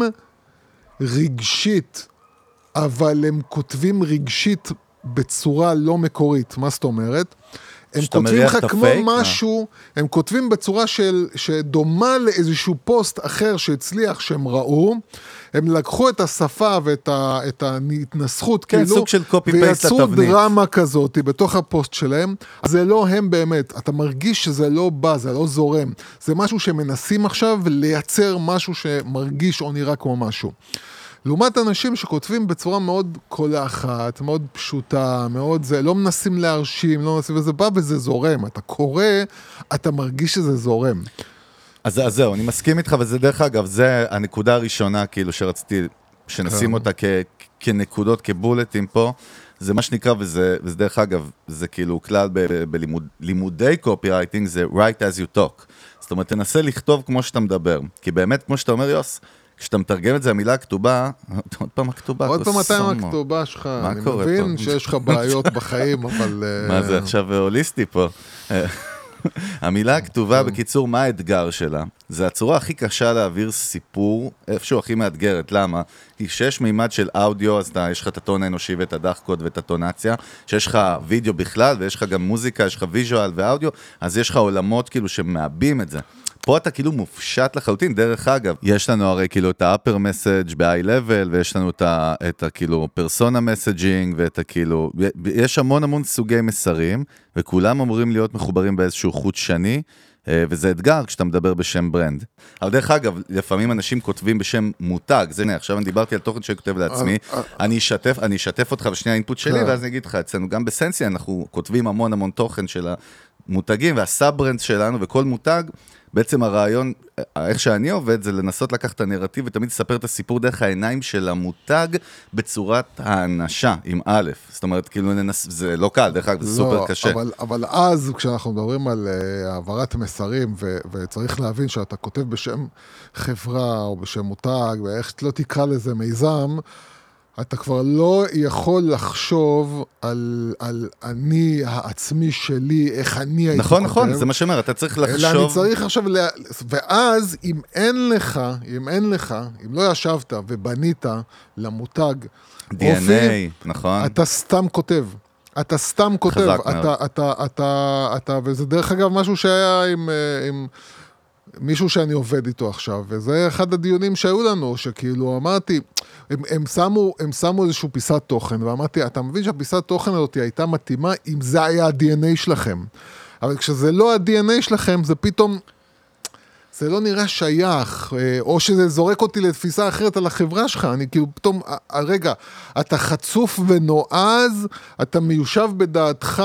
רגשית, אבל הם כותבים רגשית בצורה לא מקורית. מה זאת אומרת? הם כותבים לך כמו משהו, הם כותבים בצורה של, שדומה לאיזשהו פוסט אחר שהצליח, שהם ראו, הם לקחו את השפה ואת ה, את ההתנסחות, כן, כאילו, סוג של קופי פייסט לתבנית. ויצרו דרמה כזאת בתוך הפוסט שלהם, זה לא הם באמת, אתה מרגיש שזה לא בא, זה לא זורם, זה משהו שמנסים עכשיו לייצר משהו שמרגיש או נראה כמו משהו. לעומת אנשים שכותבים בצורה מאוד קולחת, מאוד פשוטה, מאוד זה, לא מנסים להרשים, לא מנסים, וזה בא וזה זורם. אתה קורא, אתה מרגיש שזה זורם. אז, אז זהו, אני מסכים איתך, וזה דרך אגב, זה הנקודה הראשונה, כאילו, שרציתי, שנשים אותה כ, כנקודות, כבולטים פה, זה מה שנקרא, וזה, וזה דרך אגב, זה כאילו כלל בלימודי קופי-רייטינג, זה write as you talk. זאת אומרת, תנסה לכתוב כמו שאתה מדבר, כי באמת, כמו שאתה אומר, יוס, כשאתה מתרגם את זה, המילה הכתובה, עוד פעם הכתובה, עוד פעם אתה עם הכתובה שלך, אני מבין שיש לך בעיות בחיים, אבל... מה זה עכשיו הוליסטי פה? המילה הכתובה, בקיצור, מה האתגר שלה? זה הצורה הכי קשה להעביר סיפור, איפשהו הכי מאתגרת, למה? כי כשיש מימד של אודיו, אז יש לך את הטון האנושי ואת הדחקות ואת הטונציה, שיש לך וידאו בכלל, ויש לך גם מוזיקה, יש לך ויז'ואל ואודיו, אז יש לך עולמות כאילו שמאבים את זה. פה אתה כאילו מופשט לחלוטין, דרך אגב, יש לנו הרי כאילו את ה-upper message ב-high level, ויש לנו את ה, את ה כאילו persona messaging, ואת ה כאילו, יש המון המון סוגי מסרים, וכולם אמורים להיות מחוברים באיזשהו חוט שני, וזה אתגר כשאתה מדבר בשם ברנד. אבל דרך אגב, לפעמים אנשים כותבים בשם מותג, זה הנה, עכשיו אני דיברתי על תוכן שאני כותב לעצמי, אני אשתף, אני אשתף אותך בשני האינפוט שלי, ואז אני אגיד לך, אצלנו גם בסנסיה, אנחנו כותבים המון המון תוכן של המותגים, והסאב ברנד שלנו, וכל מותג, בעצם הרעיון, איך שאני עובד, זה לנסות לקחת את הנרטיב ותמיד לספר את הסיפור דרך העיניים של המותג בצורת האנשה, עם א'. זאת אומרת, כאילו, ננס... זה לא קל, דרך אגב, זה סופר קשה. אבל, אבל אז, כשאנחנו מדברים על uh, העברת מסרים, ו- וצריך להבין שאתה כותב בשם חברה או בשם מותג, ואיך לא תקרא לזה מיזם, אתה כבר לא יכול לחשוב על, על אני העצמי שלי, איך אני הייתי נכון, כותב. נכון, זה מה שאומר, אתה צריך לחשוב... אלא אני צריך עכשיו, לה... ואז אם אין לך, אם אין לך, אם לא ישבת ובנית למותג, די אן איי, נכון. אתה סתם כותב. אתה סתם כותב. חזק אתה, מאוד. אתה, אתה, אתה, אתה, וזה דרך אגב משהו שהיה עם... עם מישהו שאני עובד איתו עכשיו, וזה אחד הדיונים שהיו לנו, שכאילו אמרתי, הם, הם, שמו, הם שמו איזשהו פיסת תוכן, ואמרתי, אתה מבין שהפיסת תוכן הזאת הייתה מתאימה, אם זה היה ה-די אן איי שלכם. אבל כשזה לא ה-די אן איי שלכם, זה פתאום, זה לא נראה שייך, או שזה זורק אותי לתפיסה אחרת על החברה שלך, אני כאילו פתאום, רגע, אתה חצוף ונועז, אתה מיושב בדעתך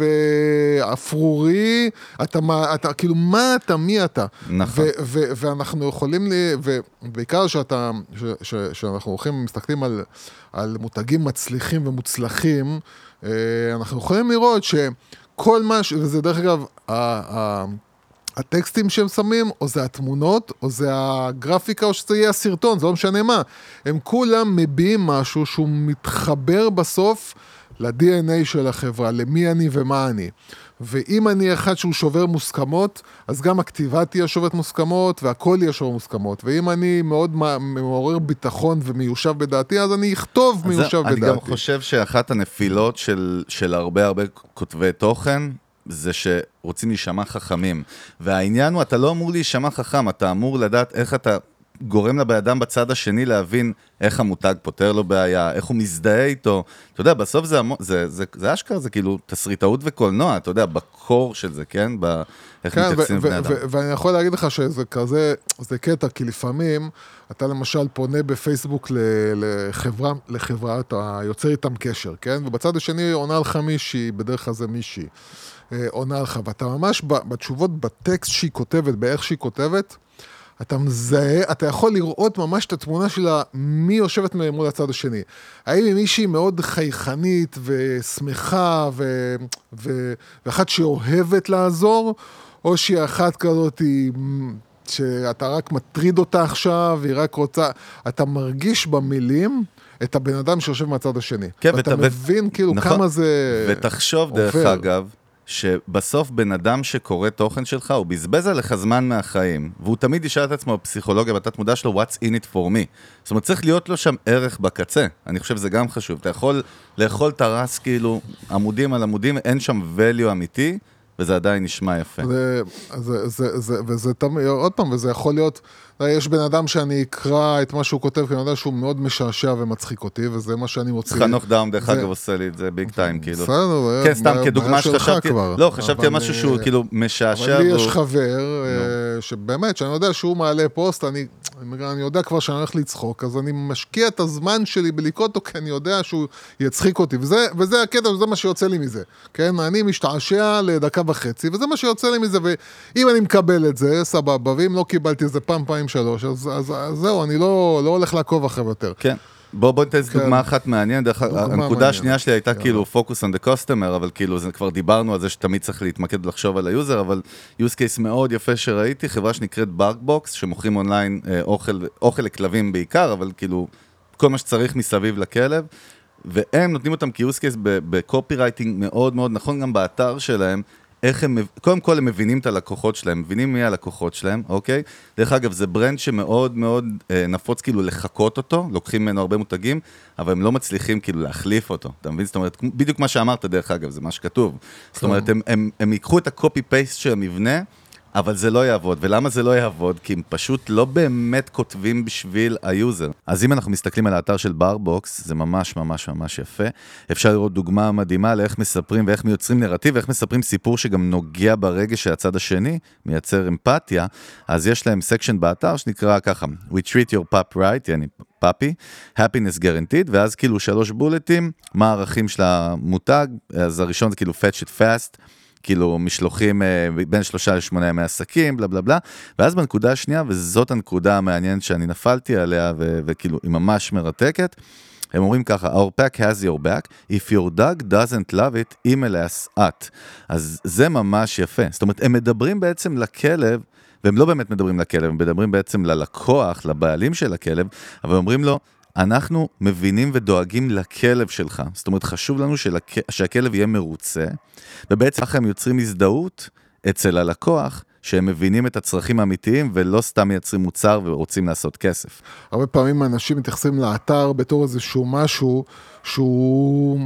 ואפרורי, אתה, אתה כאילו, מה אתה, מי אתה? נכון. ו, ו, ואנחנו יכולים, לי, ובעיקר שאתה, ש, ש, שאנחנו הולכים, מסתכלים על, על מותגים מצליחים ומוצלחים, אנחנו יכולים לראות שכל מה, וזה דרך אגב, ה, ה, הטקסטים שהם שמים, או זה התמונות, או זה הגרפיקה, או שזה יהיה הסרטון, זה לא משנה מה. הם כולם מביאים משהו שהוא מתחבר בסוף ל-די אן איי של החברה, למי אני ומה אני. ואם אני אחד שהוא שובר מוסכמות, אז גם הכתיבה תהיה שוברת מוסכמות, והכל יהיה שובר מוסכמות. ואם אני מאוד מעורר ביטחון ומיושב בדעתי, אז אני אכתוב מיושב בדעתי. אני גם חושב שאחת הנפילות של, של הרבה הרבה כותבי תוכן, זה שרוצים להישמע חכמים. והעניין הוא, אתה לא אמור להישמע חכם, אתה אמור לדעת איך אתה גורם לבאדם בצד השני להבין איך המותג פותר לו בעיה, איך הוא מזדהה איתו. אתה יודע, בסוף זה, זה, זה, זה אשכרה, זה כאילו תסריטאות וקולנוע, אתה יודע, בקור של זה, כן? איך כן, מתייחסים בני אדם. ואני יכול להגיד לך שזה כזה, זה קטע, כי לפעמים אתה למשל פונה בפייסבוק לחברה, לחברה, אתה יוצר איתם קשר, כן? ובצד השני עונה לך מישהי, בדרך כלל זה מישהי, עונה לך, ואתה ממש בתשובות, בטקסט שהיא כותבת, באיך שהיא כותבת, אתה מזהה, אתה יכול לראות ממש את התמונה שלה, מי יושבת מול הצד השני. האם היא מישהי מאוד חייכנית ושמחה, ו, ו, ואחת שאוהבת לעזור, או שהיא אחת כזאת, שאתה רק מטריד אותה עכשיו, והיא רק רוצה, אתה מרגיש במילים, את הבן אדם שיושב מהצד השני. כן, ואתה ות... מבין כאילו נכון, כמה זה ותחשוב עובר. דרך אגב, שבסוף בן אדם שקורא תוכן שלך, הוא בזבז עליך זמן מהחיים, והוא תמיד ישאל את עצמו בפסיכולוגיה, בתת מודע שלו, what's in it for me? זאת אומרת, צריך להיות לו שם ערך בקצה. אני חושב שזה גם חשוב. אתה יכול לאכול תרס, כאילו, עמודים על עמודים, אין שם value אמיתי, וזה עדיין נשמע יפה. זה, זה, זה, זה, וזה תמיד, עוד פעם, וזה יכול להיות, יש בן אדם שאני אקרא את מה שהוא כותב, כי אני יודע שהוא מאוד משעשע ומצחיק אותי, וזה מה שאני מוציא. חנוך דאום, דרך אגב, עושה לי את זה ביג טיים, כאילו. בסדר, כן, סתם כדוגמה שחשבתי, לא, חשבתי על משהו שהוא כאילו משעשע. אבל לי יש חבר, שבאמת, שאני יודע שהוא מעלה פוסט, אני יודע כבר שאני הולך לצחוק, אז אני משקיע את הזמן שלי בלקרוא אותו, כי אני יודע שהוא יצחיק אותי, וזה הקטע, וזה מה שיוצא לי מזה. כן, אני משתעשע לדקה וחצי, וזה מה שיוצא לי מזה, ואם אני מקבל את זה, סבבה, ואם לא קיבלתי את זה פעם, פעם שלוש, אז, אז, אז זהו, אני לא, לא הולך לעקוב אחרי יותר. כן. בוא, בוא נתן כן. דוגמה אחת מעניין, דרך הנקודה השנייה שלי הייתה כאילו פוקוס on the customer, אבל כאילו זה, כבר דיברנו על זה שתמיד צריך להתמקד ולחשוב על היוזר, אבל use case מאוד יפה שראיתי, חברה שנקראת ברקבוקס, שמוכרים אונליין אה, אוכל, אוכל לכלבים בעיקר, אבל כאילו כל מה שצריך מסביב לכלב, והם נותנים אותם כ-use case בקופי רייטינג מאוד מאוד נכון, גם באתר שלהם, איך הם, קודם כל הם מבינים את הלקוחות שלהם, מבינים מי הלקוחות שלהם, אוקיי? דרך אגב, זה ברנד שמאוד מאוד אה, נפוץ כאילו לחכות אותו, לוקחים ממנו הרבה מותגים, אבל הם לא מצליחים כאילו להחליף אותו, אתה מבין? זאת אומרת, בדיוק מה שאמרת דרך אגב, זה מה שכתוב. זאת אומרת, הם, הם, הם ייקחו את הקופי-פייסט של המבנה, אבל זה לא יעבוד. ולמה זה לא יעבוד? כי הם פשוט לא באמת כותבים בשביל היוזר. אז אם אנחנו מסתכלים על האתר של ברבוקס, זה ממש ממש ממש יפה. אפשר לראות דוגמה מדהימה לאיך מספרים ואיך מיוצרים נרטיב, ואיך מספרים סיפור שגם נוגע ברגע שהצד השני מייצר אמפתיה. אז יש להם סקשן באתר שנקרא ככה, We treat your pup right, יעני פאפי, happiness guaranteed, ואז כאילו שלוש בולטים, מה הערכים של המותג. אז הראשון זה כאילו fetch it fast, כאילו משלוחים בין שלושה לשמונה ימי עסקים, בלה בלה בלה, ואז בנקודה השנייה, וזאת הנקודה המעניינת שאני נפלתי עליה, ו- וכאילו היא ממש מרתקת, הם אומרים ככה, our pack has your back, if your dog doesn't love it, email us at. אז זה ממש יפה. זאת אומרת, הם מדברים בעצם לכלב, והם לא באמת מדברים לכלב, הם מדברים בעצם ללקוח, לבעלים של הכלב, אבל אומרים לו, אנחנו מבינים ודואגים לכלב שלך. זאת אומרת, חשוב לנו שלק... שהכלב יהיה מרוצה, ובעצם ככה הם יוצרים הזדהות אצל הלקוח, שהם מבינים את הצרכים האמיתיים, ולא סתם מייצרים מוצר ורוצים לעשות כסף. הרבה פעמים אנשים מתייחסים לאתר בתור איזשהו משהו, שהוא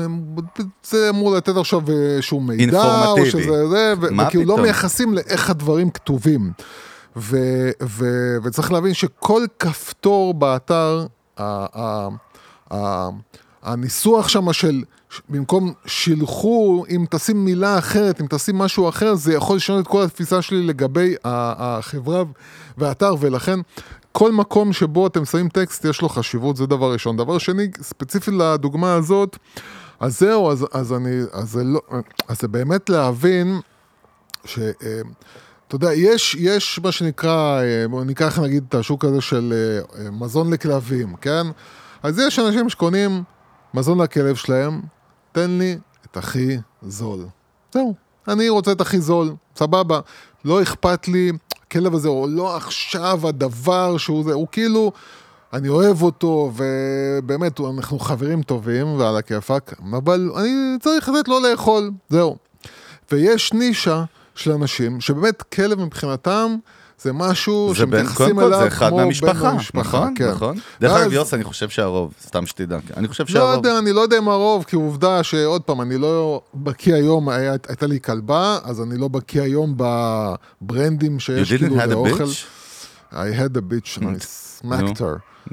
זה אמור לתת עכשיו שהוא מידע, אינפורמטיבי. או שזה זה, ו... וכאילו לא מייחסים לאיך הדברים כתובים. ו... ו... וצריך להבין שכל כפתור באתר, הניסוח שם של, במקום שילחו, אם תשים מילה אחרת, אם תשים משהו אחר, זה יכול לשנות את כל התפיסה שלי לגבי החברה והאתר, ולכן כל מקום שבו אתם שמים טקסט, יש לו חשיבות, זה דבר ראשון. דבר שני, ספציפי לדוגמה הזאת, אז זהו, אז, אז אני, אז זה לא, אז זה באמת להבין ש, אתה יודע, יש, יש מה שנקרא, ניקח נגיד את השוק הזה של מזון לכלבים, כן? אז יש אנשים שקונים מזון לכלב שלהם, תן לי את הכי זול. זהו, אני רוצה את הכי זול, סבבה, לא אכפת לי, הכלב הזה הוא לא עכשיו הדבר שהוא זה, הוא כאילו, אני אוהב אותו, ובאמת אנחנו חברים טובים ועל הכיפק, אבל אני צריך לתת לו לאכול, זהו. ויש נישה של אנשים, שבאמת כלב מבחינתם, זה משהו שמתייחסים אליו זה אחד מהמשפחה, נכון, נכון. דרך אגב, יוס, אני חושב שהרוב, סתם שתדע, אני חושב שהרוב. לא יודע, אני לא יודע אם הרוב, כי עובדה שעוד פעם, אני לא בקיא היום, הייתה לי כלבה, אז אני לא בקיא היום בברנדים שיש כאילו לאוכל. I had a bitch, I smacked her.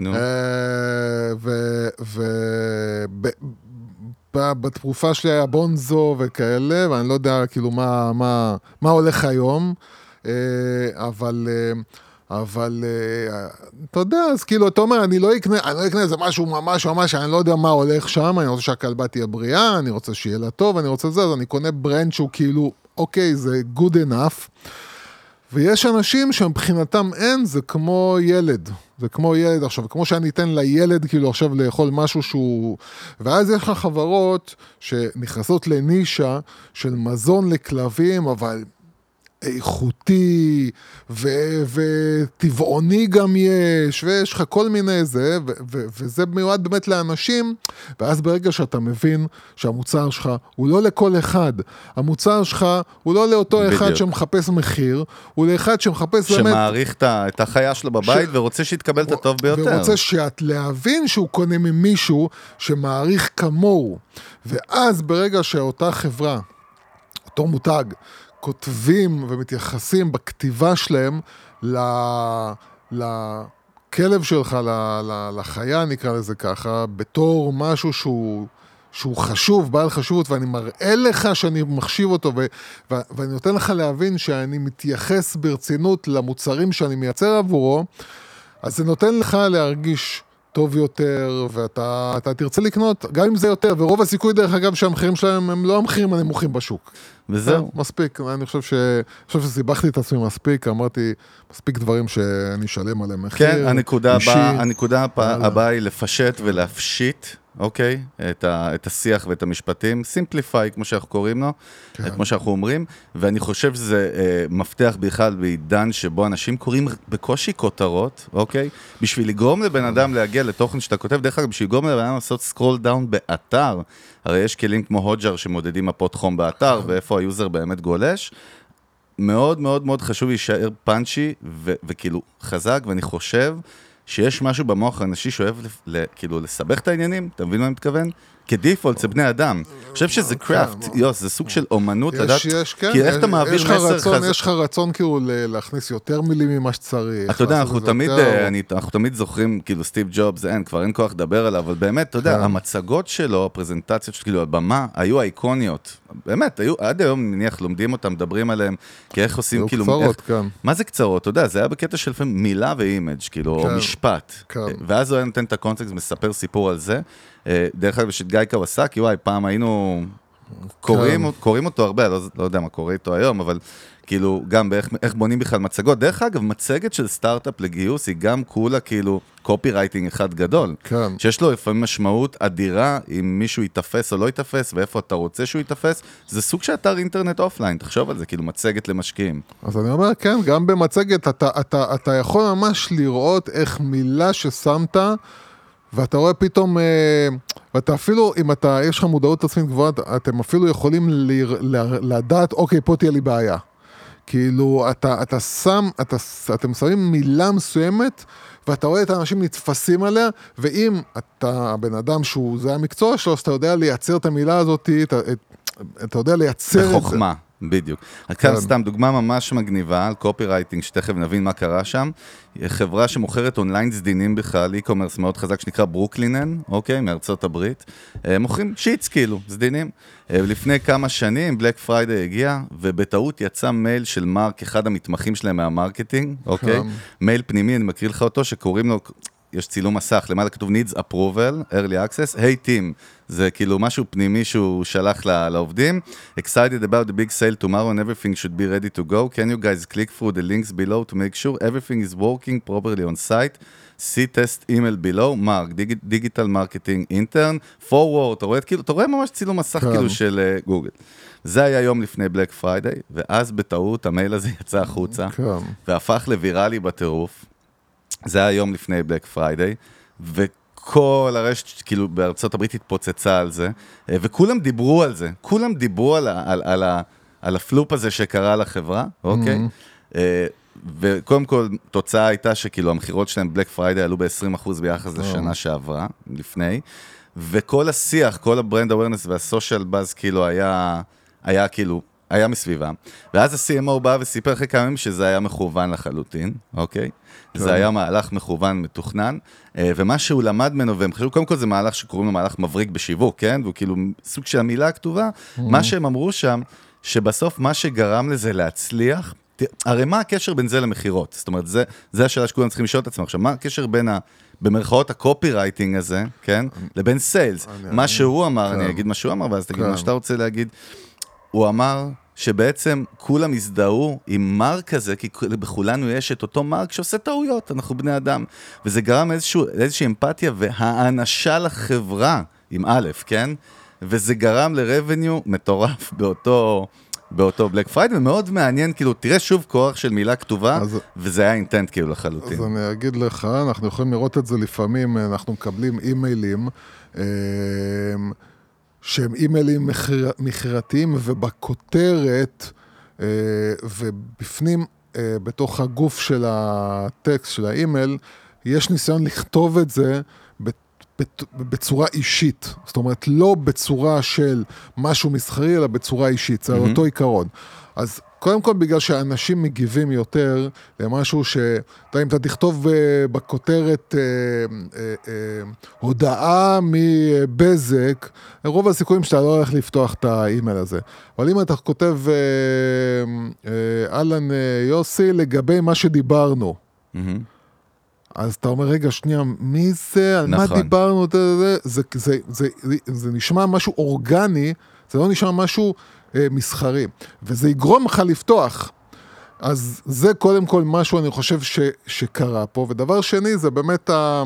ובתקופה שלי היה בונזו וכאלה, ואני לא יודע כאילו מה הולך היום, אבל, אבל, אתה יודע, אז כאילו, אתה אומר, אני לא אקנה, אני לא אקנה איזה משהו ממש ממש, אני לא יודע מה הולך שם, אני רוצה שהכלבה תהיה בריאה, אני רוצה שיהיה לה טוב, אני רוצה זה, אז אני קונה ברנד שהוא כאילו, אוקיי, זה good enough, ויש אנשים שמבחינתם אין, זה כמו ילד, זה כמו ילד עכשיו, כמו שאני אתן לילד כאילו עכשיו לאכול משהו שהוא, ואז יש לך חברות שנכנסות לנישה של מזון לכלבים, אבל איכותי, וטבעוני גם יש, ויש לך כל מיני זה, וזה מיועד באמת לאנשים, ואז ברגע שאתה מבין שהמוצר שלך הוא לא לכל אחד, המוצר שלך הוא לא לאותו אחד שמחפש מחיר, הוא לאחד שמחפש באמת... שמעריך את החיה שלו בבית, ורוצה שיתקבל את הטוב ביותר. ורוצה שאת להבין שהוא קונה ממישהו שמעריך כמוהו, ואז ברגע שאותה חברה, אותו מותג, כותבים ומתייחסים בכתיבה שלהם לכלב שלך, לחיה נקרא לזה ככה, בתור משהו שהוא, שהוא חשוב, בעל חשיבות, ואני מראה לך שאני מחשיב אותו, ו, ואני נותן לך להבין שאני מתייחס ברצינות למוצרים שאני מייצר עבורו, אז זה נותן לך להרגיש טוב יותר, ואתה אתה תרצה לקנות, גם אם זה יותר, ורוב הסיכוי דרך אגב שהמחירים שלהם הם לא המחירים הנמוכים בשוק. וזהו. מספיק, אני חושב ש... חושב שסיבכתי את עצמי מספיק, אמרתי, מספיק דברים שאני אשלם עליהם מחיר. כן, הנקודה הבאה, הנקודה הבאה היא לפשט ולהפשיט, אוקיי? את, ה, את השיח ואת המשפטים, סימפליפיי, כמו שאנחנו קוראים לו, כן. כמו שאנחנו אומרים, ואני חושב שזה אה, מפתח בכלל בעידן שבו אנשים קוראים בקושי כותרות, אוקיי? בשביל לגרום לבן אדם להגיע לתוכן שאתה כותב, דרך אגב, בשביל לגרום לבן אדם לעשות סקרול דאון באתר, הרי יש כלים כמו הוג'ר שמודדים מפות חום באתר, ואיפה היוזר באמת גולש, מאוד מאוד מאוד חשוב להישאר פאנצ'י, ו- וכאילו חזק, ואני חושב שיש משהו במוח האנשי שאוהב ל- כאילו לסבך את העניינים, אתה מבין מה אני מתכוון? כדיפולט זה בני אדם. אני חושב שזה קראפט, יוס, זה סוג של אומנות, לדעת, כי איך אתה מעביר מסר חזק. יש לך רצון כאילו להכניס יותר מילים ממה שצריך. אתה יודע, אנחנו תמיד זוכרים, כאילו סטיב ג'ובס, אין, כבר אין כוח לדבר עליו, אבל באמת, אתה יודע, המצגות שלו, הפרזנטציות שלו, כאילו, הבמה, היו אייקוניות. באמת, עד היום, נניח, לומדים אותם, מדברים עליהם, כי איך עושים, כאילו, קצרות, כן. מה זה קצרות? אתה יודע, זה היה בקטע של מילה ואימג', כאילו, או משפט. ואז הוא היה נותן את הקונטקסט, מספר סיפור על זה. דרך אגב, יש את גיא קוואסקי, וואי, פעם היינו קוראים, קוראים אותו הרבה, לא, לא יודע מה קורא איתו היום, אבל כאילו, גם באיך, איך בונים בכלל מצגות. דרך אגב, מצגת של סטארט-אפ לגיוס, היא גם כולה כאילו קופי רייטינג אחד גדול. כן. שיש לו לפעמים משמעות אדירה, אם מישהו יתפס או לא יתפס, ואיפה אתה רוצה שהוא יתפס, זה סוג של אתר אינטרנט אופליין, תחשוב על זה, כאילו מצגת למשקיעים. אז אני אומר, כן, גם במצגת, אתה, אתה, אתה יכול ממש לראות איך מילה ששמת, ואתה רואה פתאום, ואתה אפילו, אם אתה, יש לך מודעות עצמית גבוהה, אתם אפילו יכולים לדעת, אוקיי, פה תהיה לי בעיה. כאילו, אתה, אתה שם, אתה, אתם שמים מילה מסוימת, ואתה רואה את האנשים נתפסים עליה, ואם אתה הבן אדם שהוא, זה המקצוע שלו, אז אתה יודע לייצר את המילה הזאת, אתה, אתה יודע לייצר בחוכמה. בדיוק. כאן סתם דוגמה ממש מגניבה על קופי רייטינג, שתכף נבין מה קרה שם. חברה שמוכרת אונליין סדינים בכלל, אי-קומרס מאוד חזק, שנקרא ברוקלינן, אוקיי, מארצות הברית. מוכרים שיטס כאילו, סדינים. לפני כמה שנים, בלק פריידי הגיע, ובטעות יצא מייל של מרק, אחד המתמחים שלהם מהמרקטינג, אוקיי? מייל פנימי, אני מקריא לך אותו, שקוראים לו... יש צילום מסך, למעלה כתוב needs approval, early access, hey team, זה כאילו משהו פנימי שהוא שלח לעובדים, excited about the big sale tomorrow and everything should be ready to go, can you guys click through the links below to make sure everything is working properly on site, see test email below, mark, digital marketing intern, forward, אתה רואה, כאילו, אתה רואה ממש צילום מסך כאילו של גוגל. זה היה יום לפני בלק פריידי, ואז בטעות המייל הזה יצא החוצה, והפך לוויראלי בטירוף, זה היה יום לפני בלק פריידי, וכל הרשת, כאילו, בארצות הברית התפוצצה על זה, וכולם דיברו על זה, כולם דיברו על, על, על, על, על הפלופ הזה שקרה לחברה, אוקיי? וקודם כל, תוצאה הייתה שכאילו, המחירות שלהם בלק פריידי עלו ב-עשרים אחוז ביחס לשנה שעברה, לפני, וכל השיח, כל הברנד אווירנס והסושיאל באז, כאילו, היה, היה כאילו, היה מסביבה. ואז ה-סי אם או בא וסיפר אחרי כמה ימים שזה היה מכוון לחלוטין, אוקיי? זה היה מהלך מכוון, מתוכנן, ומה שהוא למד ממנו, והם חשבו, קודם כל זה מהלך שקוראים לו מהלך מבריק בשיווק, כן? והוא כאילו סוג של המילה הכתובה, מה שהם אמרו שם, שבסוף מה שגרם לזה להצליח, הרי מה הקשר בין זה למחירות? זאת אומרת, זה, זה השאלה שכולם צריכים לשאול את עצמם. עכשיו, מה הקשר בין ה... במרכאות הקופי רייטינג הזה, כן? לבין סיילס. מה שהוא אמר, אני אגיד מה שהוא אמר, ואז תגיד מה שאתה רוצה להגיד. הוא אמר שבעצם כולם הזדהו עם מרק הזה, כי בכולנו יש את אותו מרק שעושה טעויות, אנחנו בני אדם, וזה גרם איזשהו, איזושהי אמפתיה והאנשה לחברה, עם א', כן? וזה גרם לרבניו מטורף באותו, באותו בלק פריידי, ומאוד מעניין, כאילו, תראה שוב כוח של מילה כתובה, אז, וזה היה אינטנט כאילו לחלוטין. אז אני אגיד לך, אנחנו יכולים לראות את זה לפעמים, אנחנו מקבלים אימיילים, שהם אימיילים מכירתיים, ובכותרת, ובפנים, בתוך הגוף של הטקסט, של האימייל, יש ניסיון לכתוב את זה בצורה אישית. זאת אומרת, לא בצורה של משהו מסחרי, אלא בצורה אישית. זה אותו עיקרון. אז קודם כל, בגלל שאנשים מגיבים יותר למשהו ש... אתה יודע, אם אתה תכתוב בכותרת אה, אה, אה, הודעה מבזק, רוב הסיכויים שאתה לא הולך לפתוח את האימייל הזה. אבל אם אתה כותב אה, אה, אלן אה, יוסי לגבי מה שדיברנו, mm-hmm. אז אתה אומר, רגע, שנייה, מי זה? על נכון. מה דיברנו? זה, זה, זה, זה, זה, זה, זה נשמע משהו אורגני, זה לא נשמע משהו אה, מסחרי, וזה יגרום לך לפתוח. אז זה קודם כל משהו אני חושב ש, שקרה פה, ודבר שני זה באמת ה...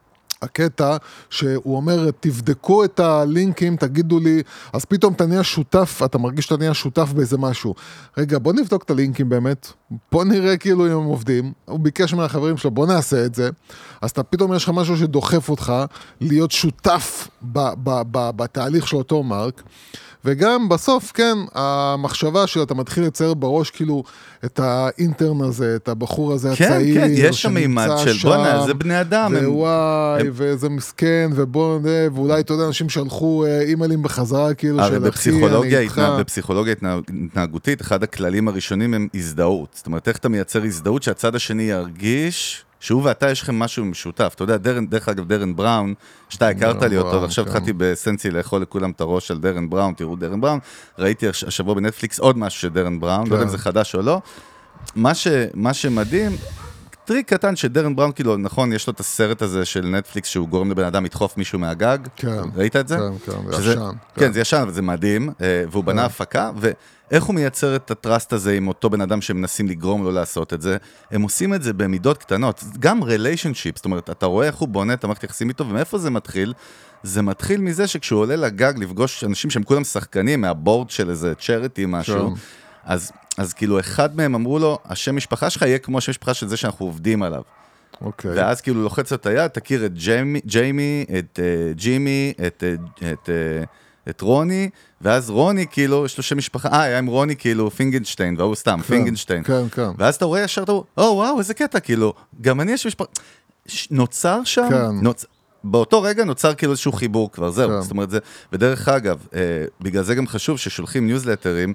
הקטע שהוא אומר, תבדקו את הלינקים, תגידו לי, אז פתאום אתה נהיה שותף, אתה מרגיש שאתה נהיה שותף באיזה משהו. רגע, בוא נבדוק את הלינקים באמת, בוא נראה כאילו אם הם עובדים, הוא ביקש מהחברים שלו, בוא נעשה את זה, אז אתה פתאום יש לך משהו שדוחף אותך, להיות שותף ב- ב- ב- בתהליך של אותו מרק, וגם בסוף, כן, המחשבה שאתה מתחיל לצייר בראש, כאילו, את האינטרן הזה, את הבחור הזה כן, הצעיר, כן, יש שם מימד של בונה, זה בני אדם. ווואי, הם... וזה מסכן, ובוא, ואולי, אתה יודע, אנשים שלחו אימיילים בחזרה, כאילו, של אחי, אני איתך. בפסיכולוגיה התנהגותית, אחד הכללים הראשונים הם הזדהות. זאת אומרת, איך אתה מייצר הזדהות שהצד השני ירגיש שהוא ואתה יש לכם משהו משותף. אתה יודע, דרן, דרך אגב, דרן בראון, שאתה הכרת לי אותו, ועכשיו התחלתי בסנסי לאכול לכולם את הראש של דרן בראון, תראו דרן בראון, ראיתי השבוע בנטפליקס עוד משהו של דרן בראון, לא יודע אם זה חדש או לא. מה ש, מה שמדהים, טריק קטן שדרן בראון, כאילו, נכון, יש לו את הסרט הזה של נטפליקס, שהוא גורם לבן אדם לדחוף מישהו מהגג. כן. ראית את זה? כן, כן, זה ישן. כן, זה ישן, אבל זה מדהים, והוא בנה הפקה, ואיך הוא מייצר את הטרסט הזה עם אותו בן אדם שמנסים לגרום לו לעשות את זה? הם עושים את זה במידות קטנות, גם ריליישנשיפ, זאת אומרת, אתה רואה איך הוא בונה את המערכת יחסים איתו, ומאיפה זה מתחיל? זה מתחיל מזה שכשהוא עולה לגג לפגוש אנשים שהם כולם שחקנים, מהבורד של איזה צ'ריטי משהו, אז, אז כאילו אחד מהם אמרו לו, השם משפחה שלך יהיה כמו השם משפחה של זה שאנחנו עובדים עליו. אוקיי. ואז כאילו לוחץ את היד, תכיר את ג'יימי, ג'יימי, את uh, ג'ימי, את, uh, את, uh, את רוני, ואז רוני כאילו, יש לו שם משפחה, אה, היה עם רוני כאילו פינגנשטיין, והוא סתם, כן, פינגנשטיין. כן, כן. ואז אתה רואה ישר, אתה רואה, או וואו, איזה קטע, כאילו, גם אני יש משפחה, נוצר שם, כן. נוצ... באותו רגע נוצר כאילו איזשהו חיבור כבר, זהו, כן. זאת אומרת זה, ודרך אגב, אה, בגלל זה גם חשוב ששולחים ניוזלטרים,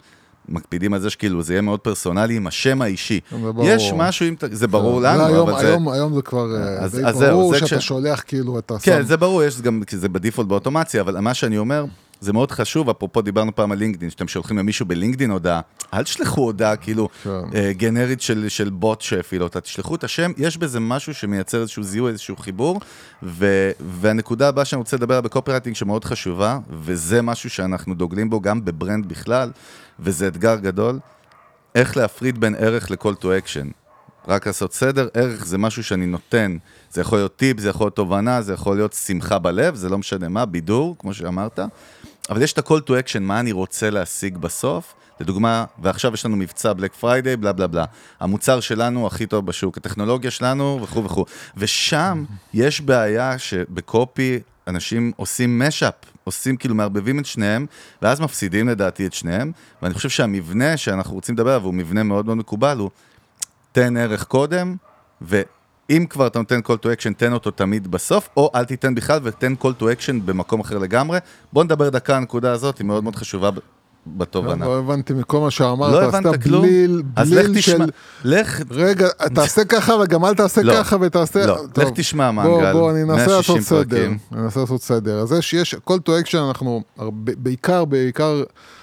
מקפידים על זה שכאילו זה יהיה מאוד פרסונלי עם השם האישי. יש משהו, זה ברור לנו, אבל זה... היום זה כבר די ברור שאתה שולח כאילו את הסם. כן, זה ברור, יש גם, זה בדיפולט באוטומציה, אבל מה שאני אומר, זה מאוד חשוב, אפרופו דיברנו פעם על לינקדין, שאתם שולחים למישהו בלינקדין הודעה, אל תשלחו הודעה כאילו גנרית של בוט שאפילו אותה, תשלחו את השם, יש בזה משהו שמייצר איזשהו זיהוי, איזשהו חיבור, והנקודה הבאה שאני רוצה לדבר עליה בקופירייטינג שמאוד חשובה, וזה משהו שאנחנו דוגלים בו גם בברנד בכלל, וזה אתגר גדול, איך להפריד בין ערך ל-call to action. רק לעשות סדר, ערך זה משהו שאני נותן, זה יכול להיות טיפ, זה יכול להיות תובנה, זה יכול להיות שמחה בלב, זה לא משנה מה, בידור, כמו שאמרת, אבל יש את ה-call to action, מה אני רוצה להשיג בסוף, לדוגמה, ועכשיו יש לנו מבצע בלק פריידיי, בלה בלה בלה, המוצר שלנו הכי טוב בשוק, הטכנולוגיה שלנו וכו' וכו', ושם יש בעיה שבקופי אנשים עושים משאפ, עושים כאילו מערבבים את שניהם, ואז מפסידים לדעתי את שניהם, ואני חושב שהמבנה שאנחנו רוצים לדבר, והוא מבנה מאוד מאוד מקובל, הוא תן ערך קודם, ואם כבר אתה נותן call to action, תן אותו תמיד בסוף, או אל תיתן בכלל ותן call to action במקום אחר לגמרי. בוא נדבר דקה, הנקודה הזאת היא מאוד מאוד חשובה בתובנה. לא הבנתי מכל מה שאמרת, לא הבנת כלום? אז לך תשמע, לך... רגע, תעשה ככה וגם אל תעשה ככה ותעשה... לא, לך תשמע מנגל, בוא, אני אנסה לעשות סדר. אני אנסה לעשות סדר. אז יש call to action, אנחנו בעיקר, בעיקר...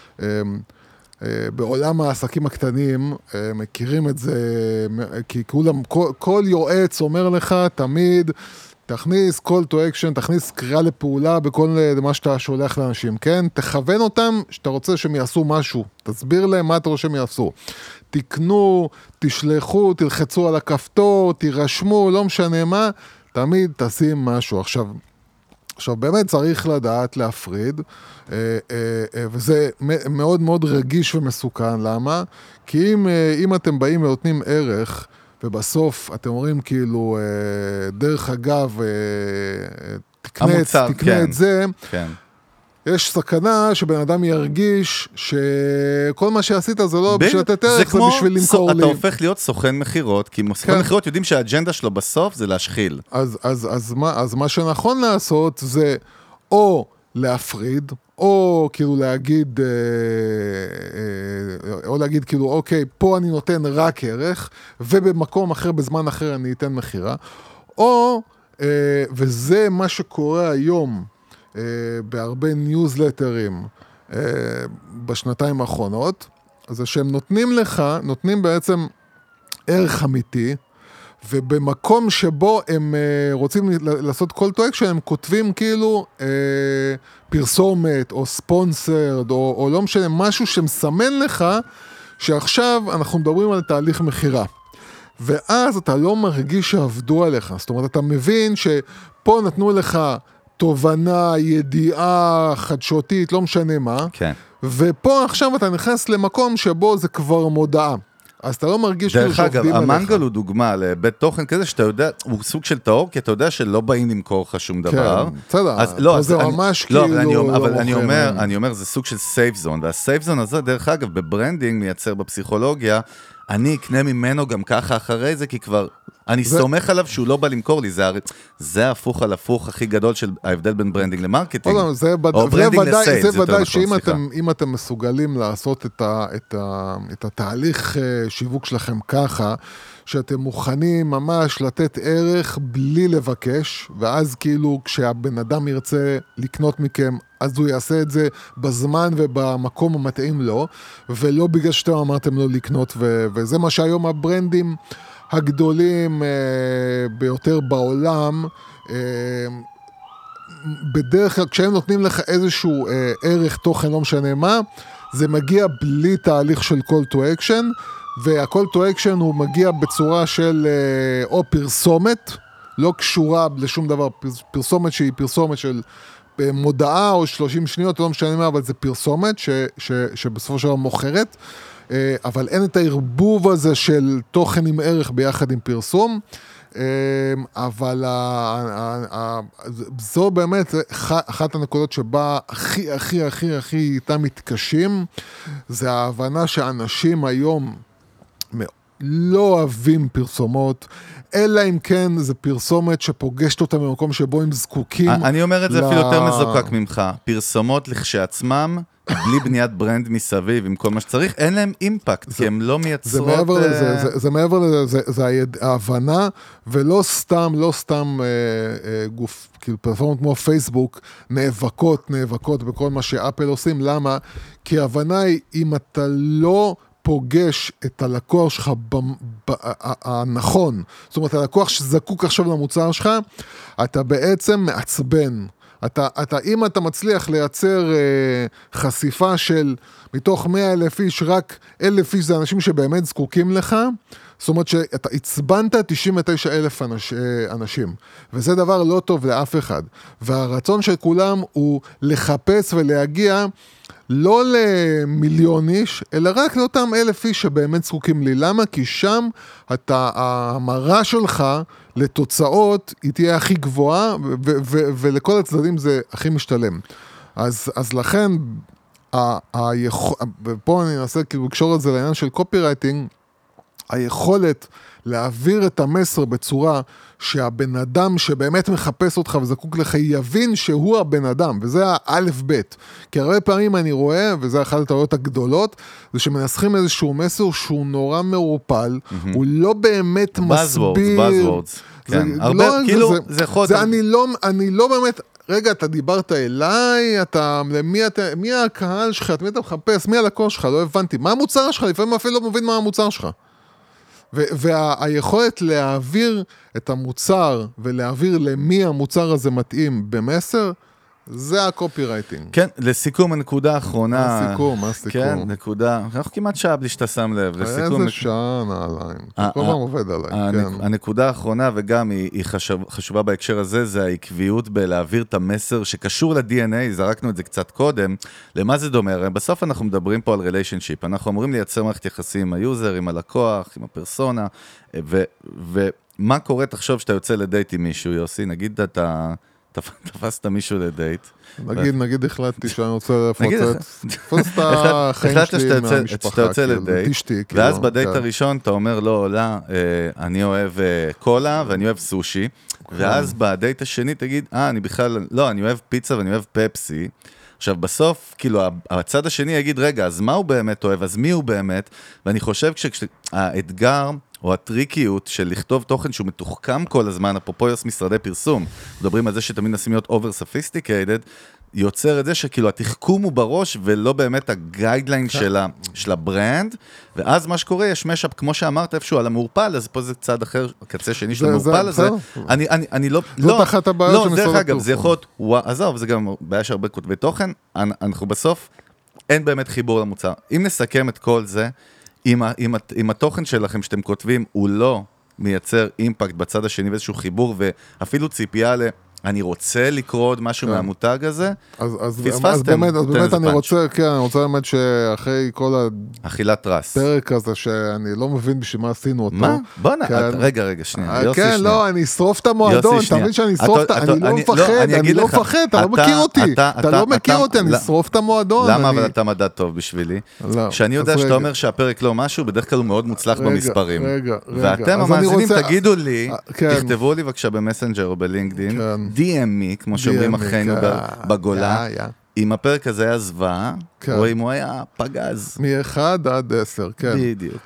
בעולם העסקים הקטנים מכירים את זה, כי כולם, כל, כל יועץ אומר לך תמיד, תכניס call to action, תכניס קריאה לפעולה בכל מה שאתה שולח לאנשים, כן? תכוון אותם שאתה רוצה שהם יעשו משהו, תסביר להם מה אתה רוצה שהם יעשו. תקנו, תשלחו, תלחצו על הכפתור, תירשמו, לא משנה מה, תמיד תשים משהו. עכשיו, עכשיו באמת צריך לדעת להפריד, וזה מאוד מאוד רגיש ומסוכן. למה? כי אם, אם אתם באים ונותנים ערך, ובסוף אתם אומרים כאילו, דרך אגב, תקנה, המוצר, תקנה כן, את זה, כן. יש סכנה שבן אדם ירגיש שכל מה שעשית זה לא בשביל לתת ערך, זה, זה בשביל למכור לי. אתה הופך להיות סוכן מחירות, כי סוכן כן. מחירות יודעים שהאג'נדה שלו בסוף זה להשחיל. אז, אז, אז, מה, אז מה שנכון לעשות זה או להפריד, או כאילו להגיד, או להגיד כאילו, אוקיי, פה אני נותן רק ערך, ובמקום אחר, בזמן אחר אני אתן מחירה, או, וזה מה שקורה היום, בהרבה ניוזלטרים בשנתיים האחרונות, זה שהם נותנים לך, נותנים בעצם ערך אמיתי, ובמקום שבו הם רוצים לעשות call to action, הם כותבים כאילו פרסומת או ספונסרד, או, או לא משנה, משהו שמסמן לך שעכשיו אנחנו מדברים על תהליך מחירה. ואז אתה לא מרגיש שעבדו עליך, זאת אומרת, אתה מבין שפה נתנו לך תובנה, ידיעה, חדשותית, לא משנה מה, כן. ופה עכשיו אתה נכנס למקום שבו זה כבר מודעה. אז אתה לא מרגיש כאילו שעובדים עליך. דרך אגב, המנגל הוא דוגמה לבית תוכן כזה שאתה יודע, הוא סוג של טהור, כי אתה יודע שלא באים למכור לך שום דבר. כן, בסדר, זה ממש כאילו לא אבל אני אומר, אני אומר, זה סוג של סייף זון, והסייף זון הזה, דרך אגב, בברנדינג מייצר בפסיכולוגיה, אני אקנה ממנו גם ככה אחרי זה, כי כבר, אני סומך עליו שהוא לא בא למכור לי, זה ההפוך על הפוך הכי גדול של ההבדל בין ברנדינג למרקטינג, או ברנדינג לסייל, זה ודאי שאם אתם מסוגלים לעשות את התהליך שיווק שלכם ככה, שאתם מוכנים ממש לתת ערך בלי לבקש, ואז כאילו כשהבן אדם ירצה לקנות מכם, אז הוא יעשה את זה בזמן ובמקום המתאים לו, ולא בגלל שאתם אמרתם לו לקנות, ו- וזה מה שהיום הברנדים הגדולים אה, ביותר בעולם, אה, בדרך כלל כשהם נותנים לך איזשהו אה, ערך תוכן, לא משנה מה, זה מגיע בלי תהליך של call to action, וה-call to action הוא מגיע בצורה של אה, או פרסומת, לא קשורה לשום דבר, פרסומת שהיא פרסומת של מודעה או שלושים שניות, לא משנה מה, אבל זה פרסומת ש, ש, שבסופו של דבר מוכרת, אבל אין את הערבוב הזה של תוכן עם ערך ביחד עם פרסום, אבל זו באמת אחת הנקודות שבה הכי הכי הכי הכי איתם מתקשים, זה ההבנה שאנשים היום לא אוהבים פרסומות, אלא אם כן זה פרסומת שפוגשת אותם במקום שבו הם זקוקים. אני אומר את זה אפילו יותר מזוקק ממך, פרסומות לכשעצמם בלי בניית ברנד מסביב, עם כל מה שצריך, אין להם אימפקט, כי הם לא מייצרות... זה מעבר לזה, זה, זה מעבר לזה, זה, זה ההבנה, ולא סתם, לא סתם אה, אה, גוף, כאילו פלטפורמות כמו פייסבוק, נאבקות, נאבקות בכל מה שאפל עושים, למה? כי ההבנה היא, אם אתה לא פוגש את הלקוח שלך הנכון, זאת אומרת, הלקוח שזקוק עכשיו למוצר שלך, אתה בעצם מעצבן. אתה, אתה, אם אתה מצליח לייצר אה, חשיפה של מתוך מאה אלף איש, רק אלף איש זה אנשים שבאמת זקוקים לך, זאת אומרת שאתה הצבנת תשעים ותשעה אלף אנש, אה, אנשים, וזה דבר לא טוב לאף אחד, והרצון של כולם הוא לחפש ולהגיע לא למיליון איש, אלא רק לאותם אלף איש שבאמת זקוקים לי. למה? כי שם אתה, ההמרה שלך לתוצאות היא תהיה הכי גבוהה, ו- ו- ו- ולכל הצדדים זה הכי משתלם. אז, אז לכן, ה- היכול, ופה אני אנסה כאילו לקשור את זה לעניין של קופירייטינג, היכולת להעביר את המסר בצורה שהבן אדם שבאמת מחפש אותך וזקוק לך יבין שהוא הבן אדם, וזה האלף בית. כי הרבה פעמים אני רואה, וזה אחת הטעויות הגדולות, זה שמנסחים איזשהו מסר שהוא נורא מעורפל, mm-hmm. הוא לא באמת מסביר... Buzzwords, כן. הרבה, לא, כאילו, זה, זה חוט... זה אני לא, אני לא באמת... רגע, אתה דיברת אליי, אתה, למי אתה, מי הקהל שלך, את מי אתה מחפש, מי הלקוח שלך, לא הבנתי. מה המוצר שלך? לפעמים אפילו לא מבין מה המוצר שלך. והיכולת להעביר את המוצר ולהעביר למי המוצר הזה מתאים במסר, זה הקופירייטינג. כן, לסיכום הנקודה האחרונה. מה הסיכום? מה הסיכום? כן, נקודה. אנחנו כמעט שעה בלי שאתה שם לב. איזה שעה נעליים. כל פעם עובד עליי, כן. הנקודה האחרונה, וגם היא חשובה בהקשר הזה, זה העקביות בלהעביר את המסר שקשור ל-די אן איי, זרקנו את זה קצת קודם. למה זה דומה? בסוף אנחנו מדברים פה על ריליישנשיפ. אנחנו אמורים לייצר מערכת יחסים עם היוזר, עם הלקוח, עם הפרסונה, ומה קורה, תחשוב שאתה יוצא לדייט עם מישהו, יוסי, נגיד אתה... תפסת מישהו לדייט. נגיד, נגיד החלטתי שאני רוצה לפוצץ, תפוס את החיים שלי מהמשפחה, שאתה יוצא לדייט, ואז בדייט הראשון אתה אומר לו, לא, אני אוהב קולה ואני אוהב סושי, ואז בדייט השני תגיד, אה, אני בכלל, לא, אני אוהב פיצה ואני אוהב פפסי. עכשיו בסוף, כאילו, הצד השני יגיד, רגע, אז מה הוא באמת אוהב, אז מי הוא באמת? ואני חושב שהאתגר או הטריקיות של לכתוב תוכן שהוא מתוחכם כל הזמן, אפרופו יוס משרדי פרסום, מדברים על זה שתמיד נסים להיות over-sophisticated, יוצר את זה שכאילו התחכום הוא בראש, ולא באמת הגיידליין של הברנד, ואז מה שקורה, יש משאפ, כמו שאמרת איפשהו, על המעורפל, אז פה זה צד אחר, קצה שני של המעורפל הזה, אני לא, זאת אחת הבעיה של משרד דרך אגב, זה יכול להיות, עזוב, זה גם בעיה שהרבה כותבי תוכן, אנחנו בסוף, אין באמת חיבור למוצר. אם נסכם את כל זה, אם, אם, אם התוכן שלכם שאתם כותבים הוא לא מייצר אימפקט בצד השני ואיזשהו חיבור ואפילו ציפייה ל... אני רוצה לקרוא עוד משהו מהמותג הזה, פספסתם. אז באמת, אז באמת אני רוצה, כן, אני רוצה באמת שאחרי כל אכילת רס. הפרק הזה שאני לא מבין בשביל מה עשינו אותו. מה? בוא נע, רגע, רגע, שנייה. כן, לא, אני אשרוף את המועדון, אתה מבין שאני אשרוף את... אני לא מפחד, אני לא מפחד, אתה לא מכיר אותי. אתה לא מכיר אותי, אני אשרוף את המועדון. למה אבל אתה מדע טוב בשבילי? כשאני יודע שאתה אומר שהפרק לא משהו, בדרך כלל הוא מאוד מוצלח במספרים. ואתם המאזינים תגידו לי, תכתבו לי בבקשה במסנג'ר או בלינקדין, די אם מי, כמו שאומרים אחינו בגולה, אם הפרק הזה היה זוועה, או אם הוא היה פגז. מ-אחד עד עשר, כן. בדיוק.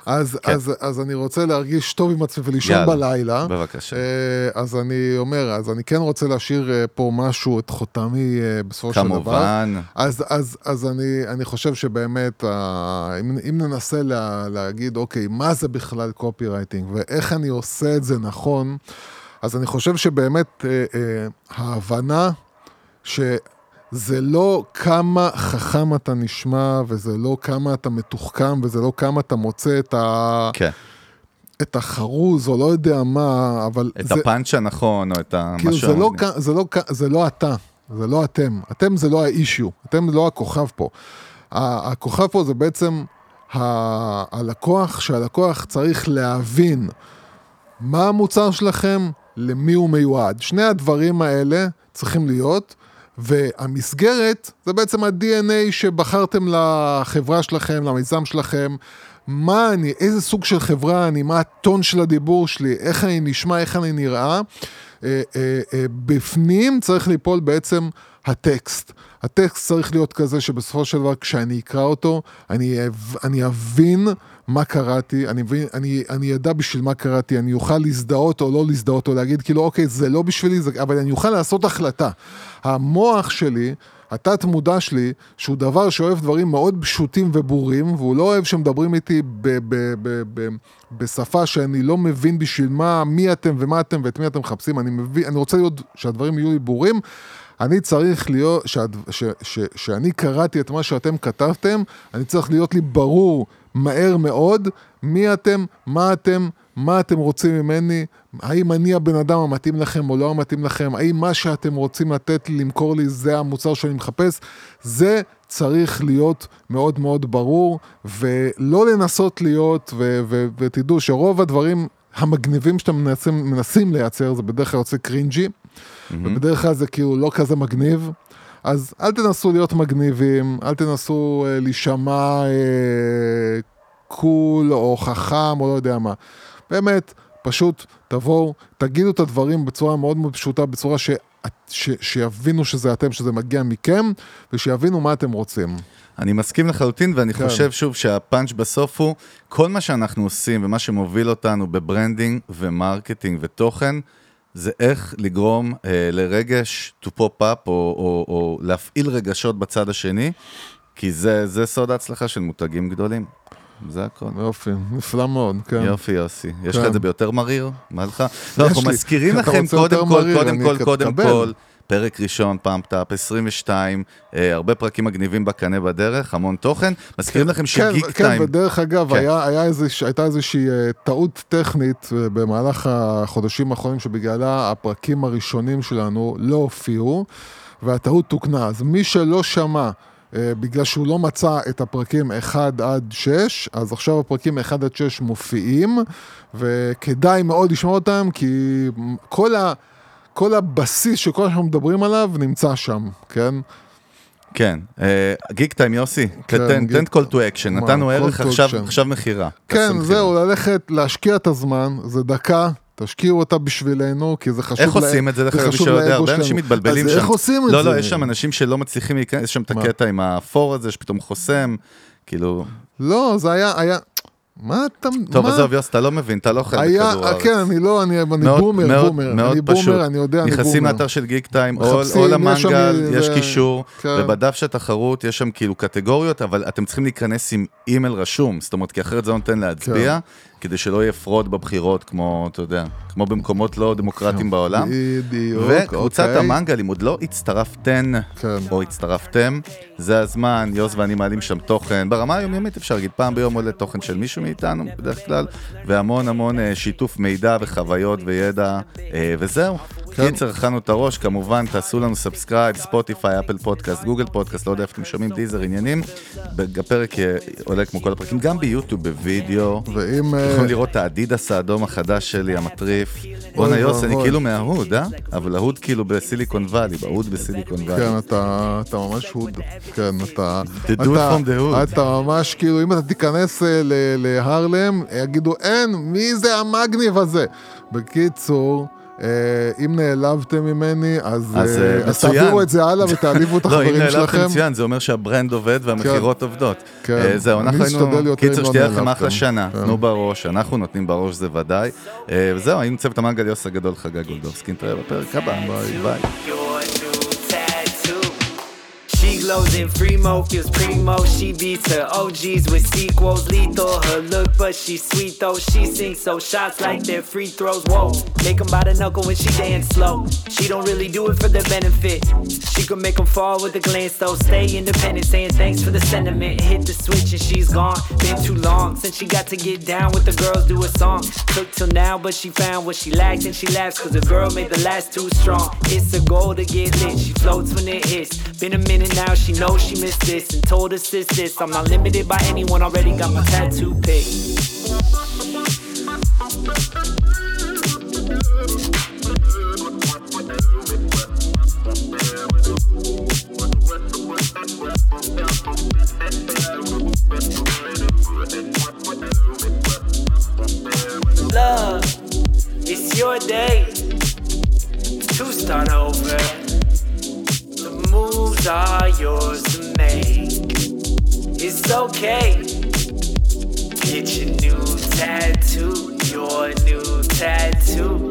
אז אני רוצה להרגיש טוב עם עצמי ולישון בלילה. בבקשה. אז אני אומר, אז אני כן רוצה להשאיר פה משהו, את חותמי בסופו של דבר. כמובן. אז אני חושב שבאמת, אם ננסה להגיד, אוקיי, מה זה בכלל קופירייטינג, ואיך אני עושה את זה נכון, אז אני חושב שבאמת ההבנה שזה לא כמה חכם אתה נשמע, וזה לא כמה אתה מתוחכם, וזה לא כמה אתה מוצא את ה... כן. את החרוז, או לא יודע מה, אבל... את הפאנץ' הנכון, או את כאילו זה לא, זה לא, זה לא אתה, זה לא אתם. אתם זה לא האישיו, אתם לא הכוכב פה. הכוכב פה זה בעצם הלקוח, שהלקוח צריך להבין מה המוצר שלכם, למי הוא מיועד. שני הדברים האלה צריכים להיות, והמסגרת זה בעצם ה-די אן איי שבחרתם לחברה שלכם, למיזם שלכם, מה אני, איזה סוג של חברה אני, מה הטון של הדיבור שלי, איך אני נשמע, איך אני נראה, אה, אה, אה, בפנים צריך ליפול בעצם הטקסט. הטקסט צריך להיות כזה שבסופו של דבר כשאני אקרא אותו, אני, אני אבין מה קראתי, אני, אני, אני ידע בשביל מה קראתי, אני אוכל להזדהות או לא להזדהות או להגיד כאילו אוקיי זה לא בשבילי, זה, אבל אני אוכל לעשות החלטה. המוח שלי, התת מודע שלי, שהוא דבר שאוהב דברים מאוד פשוטים ובורים, והוא לא אוהב שמדברים איתי ב- ב- ב- ב- בשפה שאני לא מבין בשביל מה, מי אתם ומה אתם ואת מי אתם מחפשים, אני מבין, אני רוצה להיות שהדברים יהיו לי בורים, אני צריך להיות, ש, ש, ש, שאני קראתי את מה שאתם כתבתם, אני צריך להיות לי ברור מהר מאוד, מי אתם, מה אתם, מה אתם רוצים ממני, האם אני הבן אדם המתאים לכם או לא המתאים לכם, האם מה שאתם רוצים לתת לי, למכור לי, זה המוצר שאני מחפש, זה צריך להיות מאוד מאוד ברור, ולא לנסות להיות, ו- ו- ותדעו שרוב הדברים המגניבים שאתם מנסים, מנסים לייצר, זה בדרך כלל יוצא קרינג'י, mm-hmm. ובדרך כלל זה כאילו לא כזה מגניב, אז אל תנסו להיות מגניבים, אל תנסו אה, להישמע אה, קול או חכם או לא יודע מה. באמת, פשוט תבואו, תגידו את הדברים בצורה מאוד מאוד פשוטה, בצורה ש, ש, שיבינו שזה אתם, שזה מגיע מכם, ושיבינו מה אתם רוצים. אני מסכים לחלוטין, ואני כן. חושב שוב שהפאנץ' בסוף הוא, כל מה שאנחנו עושים ומה שמוביל אותנו בברנדינג ומרקטינג ותוכן, זה איך לגרום אה, לרגש to pop up, או, או, או להפעיל רגשות בצד השני, כי זה, זה סוד ההצלחה של מותגים גדולים. זה הכל. יופי, נפלא מאוד, כן. יופי, יוסי. יש כן. לך את זה ביותר מריר? מה לך? לא, אנחנו לי. מזכירים אתה לכם רוצה קודם יותר כל, מריר, קודם אני כל, אקבל. קודם כל, פרק ראשון, פאמפ-טאפ, עשרים ושתיים, אה, הרבה פרקים מגניבים בקנה בדרך, המון תוכן. מזכירים לכם שגיק כן, טיים... כן, בדרך אגב, כן. היה, היה איזוש, הייתה איזושהי uh, טעות טכנית uh, במהלך החודשים האחרונים, שבגללה הפרקים הראשונים שלנו לא הופיעו, והטעות תוקנה. אז מי שלא שמע, uh, בגלל שהוא לא מצא את הפרקים אחד עד שש, אז עכשיו הפרקים אחד עד שש מופיעים, וכדאי מאוד לשמוע אותם, כי כל ה... כל הבסיס שכל שאנחנו מדברים עליו נמצא שם, כן? כן, גיק טיים יוסי, תן call to action, נתנו ערך עכשיו מחירה. כן, זהו, ללכת להשקיע את הזמן, זה דקה, תשקיעו אותה בשבילנו, כי זה חשוב. איך עושים את זה? איך מי שיודע, הרבה אנשים מתבלבלים שם. איך עושים את זה? לא, לא, יש שם אנשים שלא מצליחים להיכנס, יש שם את הקטע עם האפור הזה, שפתאום חוסם, כאילו... לא, זה היה, היה... מה אתה... טוב, עזוב, יוס, אתה לא מבין, אתה לא חי בכדור הארץ. כן, אני לא, אני בומר, בומר. מאוד פשוט. נכנסים לאתר של גיק טיים, או למנגל, יש קישור, ובדף של התחרות יש שם כאילו קטגוריות, אבל אתם צריכים להיכנס עם אימייל רשום, זאת אומרת, כי אחרת זה לא נותן להצביע, כדי שלא יהיה פרוד בבחירות, כמו, אתה יודע, כמו במקומות לא דמוקרטיים בעולם. בדיוק, וקבוצת המנגל, אם עוד לא הצטרפתן, או הצטרפתם, זה הזמן, יוס ואני מעלים שם תוכן. ברמה היומיומית אפשר להגיד, פעם ביום עולה תוכן של מישהו מאיתנו, בדרך כלל, והמון המון שיתוף מידע וחוויות וידע, וזהו. קיצר, הכנו את הראש, כמובן, תעשו לנו סאבסקרייב, ספוטיפיי, אפל פודקאסט, גוגל פודקאסט, לא יודע איפה אתם שומעים, דיזר, עניינים. הפרק עולה כמו כל הפרקים, גם ביוטיוב, בווידאו. ואם... יכולים לראות את האדידס האדום החדש שלי, המטריף. בואנה יוס, אני כאילו מההוד, אה? אבל ההוד כאילו בסיליקון ואלי, בהוד בסיליקון ואלי. כן, אתה ממש הוד. כן, אתה... The dude from the hood. אתה ממש כאילו, אם אתה תיכנס להרלם, יגידו, אין, מי זה המגניב הזה? בקיצור... אם נעלבתם ממני, אז תעבירו את זה הלאה ותעליבו את החברים שלכם. לא, אם נעלבתם מצוין, זה אומר שהברנד עובד והמחירות עובדות. זהו, אנחנו היינו, קיצר, שתהיה לכם אחלה שנה, תנו בראש, אנחנו נותנים בראש, זה ודאי. וזהו, היינו צוות המנגל יוס הגדול, חגג גולדובסקי, נתראה בפרק הבא. ביי. ביי. She glows in Fremo, feels primo. She beats her O Gs with sequels. Lethal her look, but she's sweet though. She sinks so shots like they're free throws. Whoa, make them by the knuckle when she dance slow. She don't really do it for the benefit. She can make them fall with a glance though. Stay independent, saying thanks for the sentiment. Hit the switch and she's gone. Been too long since she got to get down with the girls, do a song. Took till now, but she found what she lacked and she laughs cause the girl made the last too strong. It's a goal to get lit, she floats when it hits. Been a minute now, she knows she missed this and told us this, this. I'm not limited by anyone, already got my tattoo pick. Love, it's your day. to start over. The moves are yours to make. It's okay. Get your new tattoo, your new tattoo.